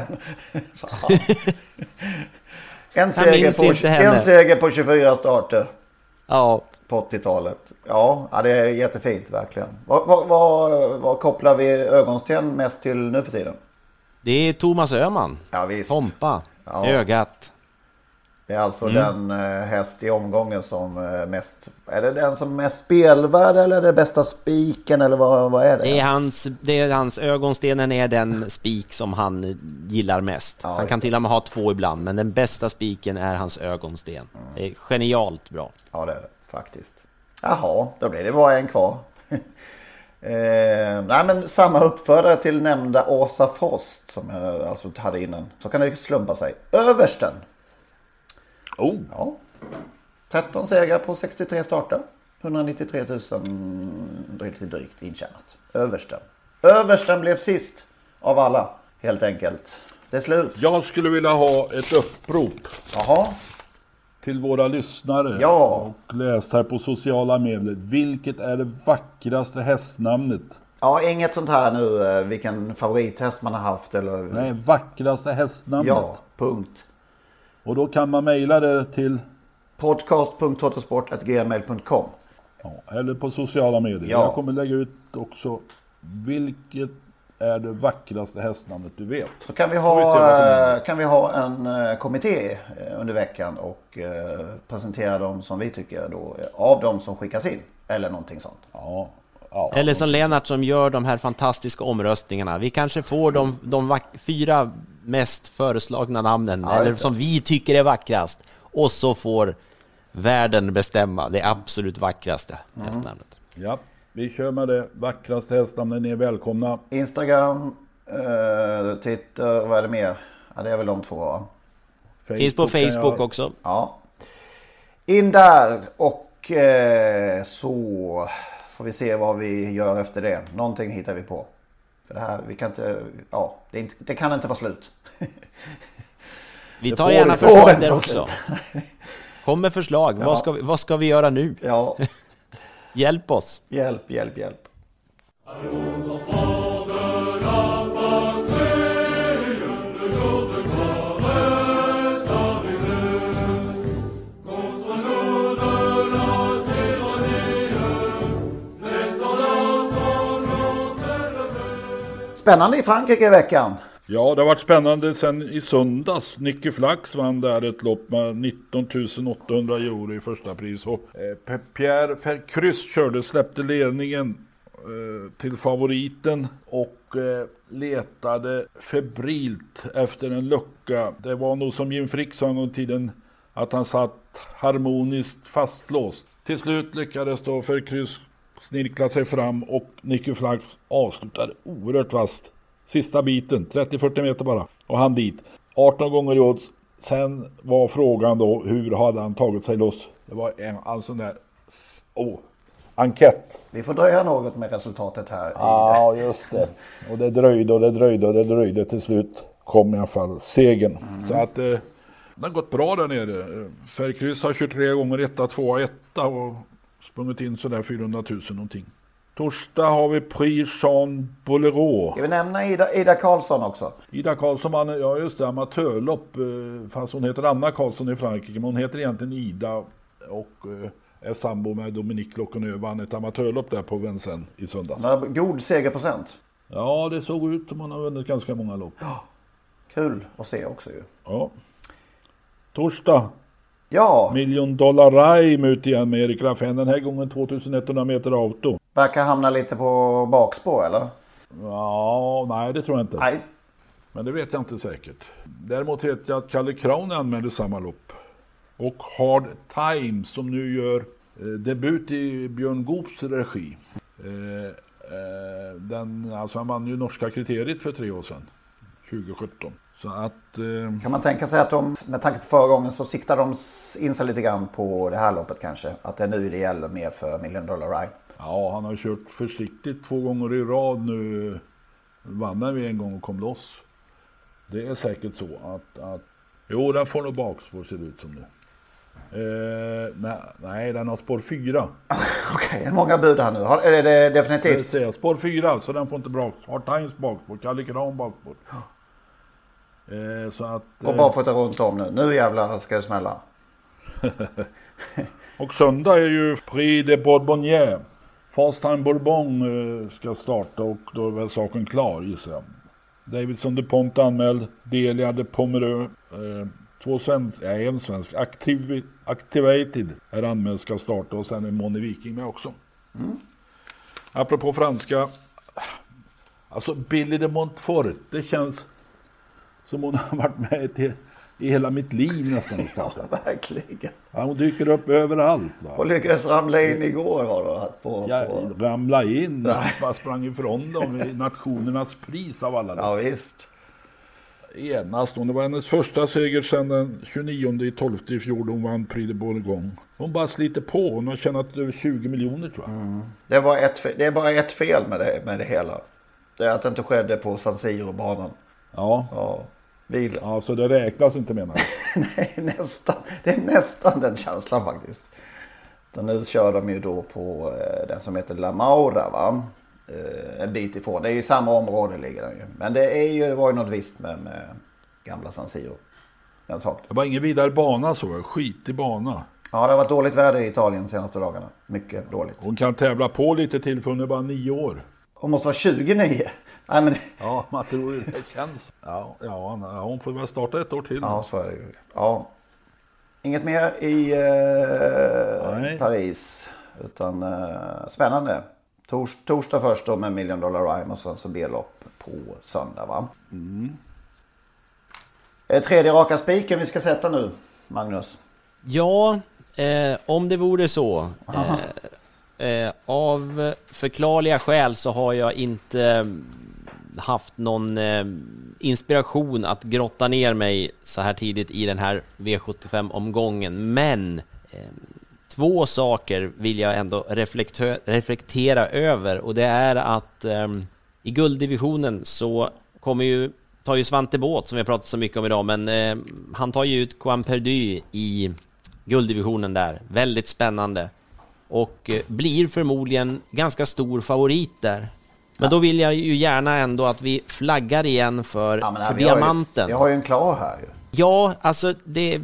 [SPEAKER 8] En seger på 24 starter.
[SPEAKER 10] Ja.
[SPEAKER 8] På 80-talet. Ja, det är jättefint verkligen. Vad kopplar vi Ögonsten mest till nu för tiden?
[SPEAKER 10] Det är Thomas Öhman.
[SPEAKER 8] Ja, visst.
[SPEAKER 10] Tompa. Ja. Ögat.
[SPEAKER 8] Det är alltså den häst i omgången som mest... Är det den som mest spelvärd eller är det bästa spiken eller vad är det?
[SPEAKER 10] Det är hans Ögonstenen är den spik som han gillar mest. Ja, han kan till och med ha 2 ibland, men den bästa spiken är hans Ögonsten. Det är genialt bra.
[SPEAKER 8] Ja, det är det faktiskt. Jaha, då blir det bara en kvar. Nej, men samma uppfödare till nämnda Åsa Frost som jag alltså hade innan. Så kan det slumpa sig. Översten.
[SPEAKER 9] Oh.
[SPEAKER 8] Ja. 13 segrar på 63 starter. 193 000 drygt intjänat. Översten blev sist av alla, helt enkelt. Det är slut.
[SPEAKER 9] Jag skulle vilja ha ett upprop.
[SPEAKER 8] Jaha.
[SPEAKER 9] Till våra lyssnare.
[SPEAKER 8] Ja.
[SPEAKER 9] Och läst här på sociala medier. Vilket är det vackraste hästnamnet?
[SPEAKER 8] Ja, inget sånt här nu. Vilken favorithäst man har haft. Eller...
[SPEAKER 9] Nej, vackraste hästnamnet.
[SPEAKER 8] Ja, punkt.
[SPEAKER 9] Och då kan man mejla det till
[SPEAKER 8] podcast.totosport@gmail.com.
[SPEAKER 9] Ja, eller på sociala medier.
[SPEAKER 8] Ja.
[SPEAKER 9] Jag kommer lägga ut också vilket är det vackraste hästnamnet du vet.
[SPEAKER 8] Så kan vi ha en kommitté under veckan och presentera dem som vi tycker då, av dem som skickas in. Eller någonting sånt.
[SPEAKER 9] Ja.
[SPEAKER 10] Eller som Lennart som gör de här fantastiska omröstningarna. Vi kanske får de 4 mest föreslagna namnen, eller som vi tycker är vackrast. Och så får världen bestämma det absolut vackraste hästnamnet.
[SPEAKER 9] Ja, vi kör med det vackraste hästnamnet. Ni är välkomna.
[SPEAKER 8] Instagram, Twitter, vad är det mer? Ja, det är väl de 2, va?
[SPEAKER 10] Finns på Facebook också.
[SPEAKER 8] Ja. In där och så får vi se vad vi gör efter det. Någonting hittar vi på. För det här, vi kan inte, det kan inte vara slut.
[SPEAKER 10] Vi tar gärna förslag där också. Kom med förslag. Ja. Vad ska vi göra nu?
[SPEAKER 8] Ja.
[SPEAKER 10] Hjälp oss.
[SPEAKER 8] Hjälp. Spännande i Frankrike i veckan.
[SPEAKER 9] Ja, det har varit spännande sen i söndags. Nicky Flax vann där ett lopp med 19 800 euro i första pris. Och Pierre Vercruysse släppte ledningen till favoriten och letade febrilt efter en lucka. Det var nog som Jim Frick sa en gång i tiden att han satt harmoniskt fastlåst. Till slut lyckades då Vercruysse snirkla sig fram och Nicky Flax avslutade oerhört fast. Sista biten, 30-40 meter bara. Och han dit. 18 gånger i odds. Sen var frågan då, hur hade han tagit sig loss? Det var en sån där enkät.
[SPEAKER 8] Vi får dröja något med resultatet här.
[SPEAKER 9] Ja, just det. Och det dröjde. Till slut kom i alla fall segern. Så att det har gått bra där nere. Vercruysse har 23 gånger 1-2-1 och sprungit in sådär 400 000 någonting. Torsdag har vi Prix Jean Bolero.
[SPEAKER 8] Ska vi nämna Ida Karlsson också?
[SPEAKER 9] Ida Karlsson, ja just det, amatörlopp. Fast hon heter Anna Karlsson i Frankrike. Men hon heter egentligen Ida och är sambo med Dominique Lockenö. Vann ett amatörlopp där på Vincennes i söndags.
[SPEAKER 8] God segerprocent.
[SPEAKER 9] Ja, det såg ut som man har vunnit ganska många lopp.
[SPEAKER 8] Ja, kul att se också ju.
[SPEAKER 9] Ja. Torsdag.
[SPEAKER 8] Ja.
[SPEAKER 9] $1 Million Rhyme ut i Amerika. Den här gången 2100 meter auto.
[SPEAKER 8] Verkar hamna lite på bakspår, eller?
[SPEAKER 9] Ja, nej det tror jag inte.
[SPEAKER 8] Nej.
[SPEAKER 9] Men det vet jag inte säkert. Däremot vet jag att Kalle Krohn använder samma lopp. Och Hard Times som nu gör debut i Björn Goops regi. Han vann ju norska kriteriet för 3 år sedan. 2017. Så att,
[SPEAKER 8] kan man tänka sig att de, med tanke på förra gången, så siktar de in sig lite grann på det här loppet kanske? Att det nu det gäller mer för $1 Million Rhyme?
[SPEAKER 9] Ja, han har kört försiktigt 2 gånger i rad nu. Vann vi en gång och kom loss. Det är säkert så att jo, den får nog bakspår, ser det ut som det. Nej, den har spår 4.
[SPEAKER 8] Okej, många bud här nu. Är det definitivt?
[SPEAKER 9] Det säger spår 4, så den får inte bakspår. Har Times bakspår, Kalle Krohn bakspår. Så att,
[SPEAKER 8] och bara fått det runt om nu. Nu jävlar ska det smälla.
[SPEAKER 9] Och söndag är ju Prix de Bourbonnier. Fast Time Bourbon ska starta och då är väl saken klar, gissar jag. Davidson DuPont anmäld. Delia de Pomereux. En svensk. Activated är anmäld, ska starta, och sen är Moni Viking med också. Apropå franska. Alltså Billy de Montfort. Det känns som hon har varit med i hela mitt liv nästan i starten.
[SPEAKER 8] Ja, verkligen.
[SPEAKER 9] Ja, hon dyker upp överallt. Va?
[SPEAKER 8] Och lyckades ramla in igår.
[SPEAKER 9] Ramla in. Bara sprang ifrån dem i nationernas pris av alla.
[SPEAKER 8] Ja, visst.
[SPEAKER 9] Enastående. Det var hennes första seger sedan den 29/12 i fjol. Hon vann Prix de Bourgogne. Hon bara sliter på. Hon har tjänat över 20 miljoner, tror jag.
[SPEAKER 8] Det är bara ett fel med det hela. Det är att det inte skedde på San Siro-banan.
[SPEAKER 9] Ja. Ja, så det räknas inte, menar jag.
[SPEAKER 8] Nej, nästan. Det är nästan den känslan faktiskt. Nu kör de ju då på den som heter La Maura, va? En bit ifrån. Det är ju samma område ligger den ju. Men det var ju något visst med gamla San Siro. Den sak.
[SPEAKER 9] Det var ingen vidare bana så. Skitig bana.
[SPEAKER 8] Ja, det har varit dåligt väder i Italien de senaste dagarna. Mycket dåligt.
[SPEAKER 9] Hon kan tävla på lite till, för hon är bara 9 år.
[SPEAKER 8] Hon måste vara 29. Nej, men...
[SPEAKER 9] Ja, man tror det känns. Ja, hon får väl starta ett år till.
[SPEAKER 8] Ja, så är det ju. Ja. Inget mer i Paris. Utan spännande. Torsdag först då med $1 Million Rhyme, och så B-lopp på söndag, va? Är det tredje raka spiken vi ska sätta nu, Magnus?
[SPEAKER 10] Ja, om det vore så. Av förklarliga skäl så har jag inte haft någon inspiration att grotta ner mig så här tidigt i den här V75-omgången. Men 2 saker vill jag ändå reflektera över, och det är att i gulddivisionen så tar ju Svante Båth, som vi har pratat så mycket om idag, men han tar ju ut Coin Perdu i gulddivisionen där. Väldigt spännande. Och blir förmodligen ganska stor favorit där. Men då vill jag ju gärna ändå att vi flaggar igen för diamanten.
[SPEAKER 8] Vi har ju en klar här ju.
[SPEAKER 10] Ja, alltså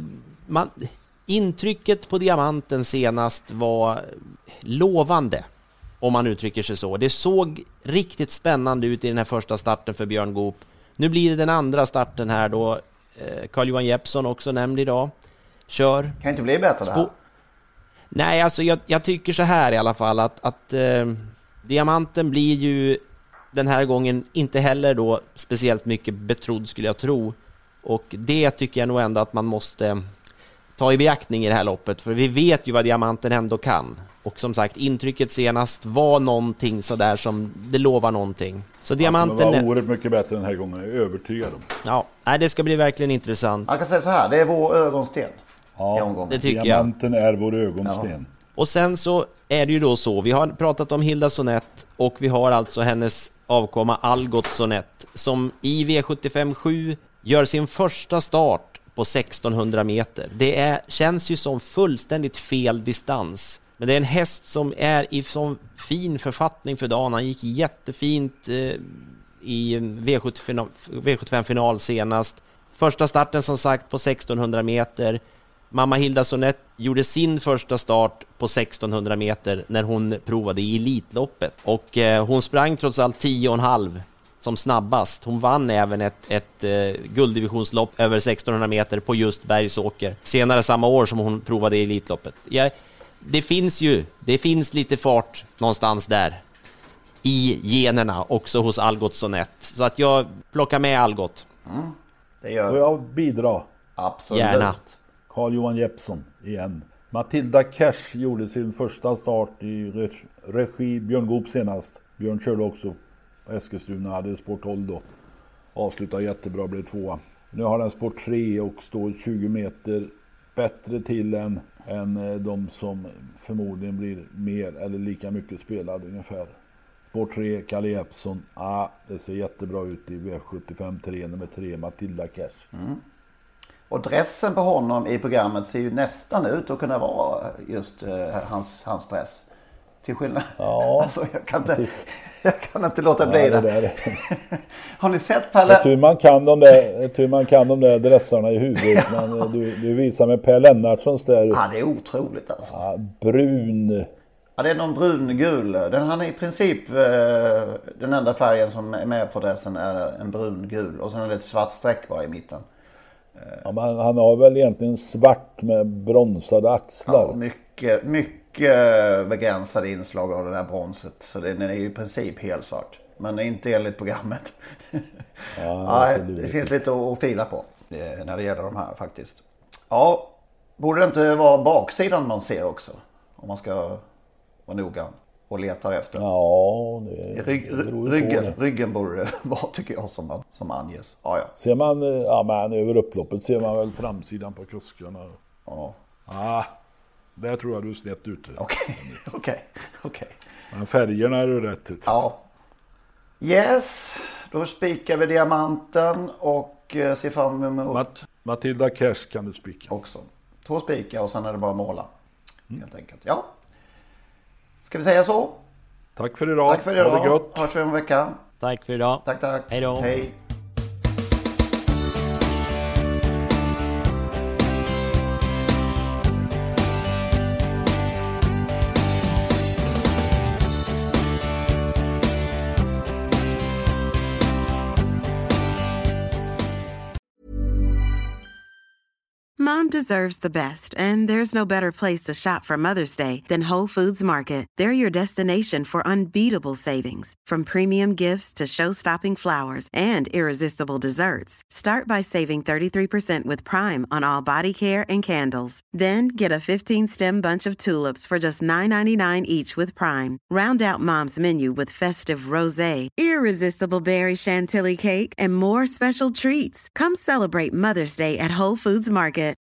[SPEAKER 10] intrycket på diamanten senast var lovande, om man uttrycker sig så. Det såg riktigt spännande ut i den här första starten för Björn Goop. Nu blir det den andra starten här då. Carl-Johan Jeppsson också nämnd idag. Kör.
[SPEAKER 8] Kan inte bli bättre det här.
[SPEAKER 10] Nej, alltså jag tycker så här i alla fall att diamanten blir ju den här gången inte heller då speciellt mycket betrodd, skulle jag tro. Och det tycker jag nog ändå att man måste ta i beaktning i det här loppet, för vi vet ju vad diamanten ändå kan. Och som sagt, intrycket senast var någonting så där som det lovar någonting. Så diamanten
[SPEAKER 9] var oerhört mycket bättre den här gången, jag är övertygad om.
[SPEAKER 10] Ja, det ska bli verkligen intressant.
[SPEAKER 8] Man kan säga så här, det är vår ögonsten.
[SPEAKER 9] Ja,
[SPEAKER 10] det tycker
[SPEAKER 9] diamanten är vår ögonsten.
[SPEAKER 10] Ja. Och sen så är det ju då så, vi har pratat om Hilda Sonett och vi har alltså hennes avkomma Algot Sonett som i V75-7 gör sin första start på 1600 meter. Det känns ju som fullständigt fel distans. Men det är en häst som är i sån fin författning för dagen. Han gick jättefint i V75-final senast. Första starten som sagt på 1600 meter. Mamma Hilda Sonett gjorde sin första start på 1600 meter när hon provade i Elitloppet. Och hon sprang trots allt 10,5 som snabbast. Hon vann även ett gulddivisionslopp över 1600 meter på just Bergsåker. Senare samma år som hon provade i Elitloppet. Det finns lite fart någonstans där i generna också hos Algot Sonett. Så att jag plockar med Algot.
[SPEAKER 8] Det gör
[SPEAKER 9] och jag bidrar.
[SPEAKER 8] Absolut.
[SPEAKER 10] Gärna.
[SPEAKER 9] Carl-Johan Jeppsson igen. Matilda Cash gjorde sin första start i regi Björn Goop senast. Björn körde också på Eskilstuna, hade sport 12 då. Avslutade jättebra, blev 2. Nu har den sport 3 och står 20 meter bättre till än de som förmodligen blir mer eller lika mycket spelade ungefär. Sport 3, Kalle Jeppsson. Det ser jättebra ut i V75-3, nummer 3, Matilda Cash.
[SPEAKER 8] Och dressen på honom i programmet ser ju nästan ut att kunna vara just hans dress. Till skillnad.
[SPEAKER 9] Ja.
[SPEAKER 8] Alltså, jag kan inte låta bli det. Har ni sett Pelle?
[SPEAKER 9] Jag tror man kan de där dressarna i huvudet. Men du visar med Per Lennartssons där.
[SPEAKER 8] Ja, det är otroligt alltså.
[SPEAKER 9] Ja, brun.
[SPEAKER 8] Ja, det är någon brungul. Han är i princip den enda färgen som är med på dressen är en brungul. Och sen är det ett svart streck bara i mitten.
[SPEAKER 9] Ja, men han har väl egentligen svart med bronsade axlar.
[SPEAKER 8] Ja, mycket begränsade inslag av det där bronset. Så den är ju i princip helt svart. Men inte enligt programmet. Det finns lite att fila på när det gäller de här faktiskt. Ja, borde det inte vara baksidan man ser också? Om man ska vara noga och leta efter.
[SPEAKER 9] Ja,
[SPEAKER 8] ryggen borde det vara, tycker jag, som anges. Ja.
[SPEAKER 9] Ser man, men över upploppet ser man väl framsidan på kuskarna. Ja. Där tror jag du är snett ute.
[SPEAKER 8] Okej.
[SPEAKER 9] Men färgerna är du rätt ut.
[SPEAKER 8] Ja. Yes, då spikar vi diamanten och ser fram emot...
[SPEAKER 9] Matilda Cash kan du spika.
[SPEAKER 8] Också. 2 spikar och sen är det bara att måla. Helt enkelt. Ja. Ska vi säga så?
[SPEAKER 9] Tack för idag.
[SPEAKER 8] Ha det
[SPEAKER 9] gott.
[SPEAKER 8] Hörs vi om en vecka.
[SPEAKER 10] Tack för idag.
[SPEAKER 8] Tack.
[SPEAKER 10] Hej då.
[SPEAKER 8] Hej.
[SPEAKER 14] Mom deserves the best, and there's no better place to shop for Mother's Day than Whole Foods Market. They're your destination for unbeatable savings, from premium gifts to show-stopping flowers and irresistible desserts. Start by saving 33% with Prime on all body care and candles. Then get a 15-stem bunch of tulips for just $9.99 each with Prime. Round out Mom's menu with festive rosé, irresistible berry chantilly cake, and more special treats. Come celebrate Mother's Day at Whole Foods Market.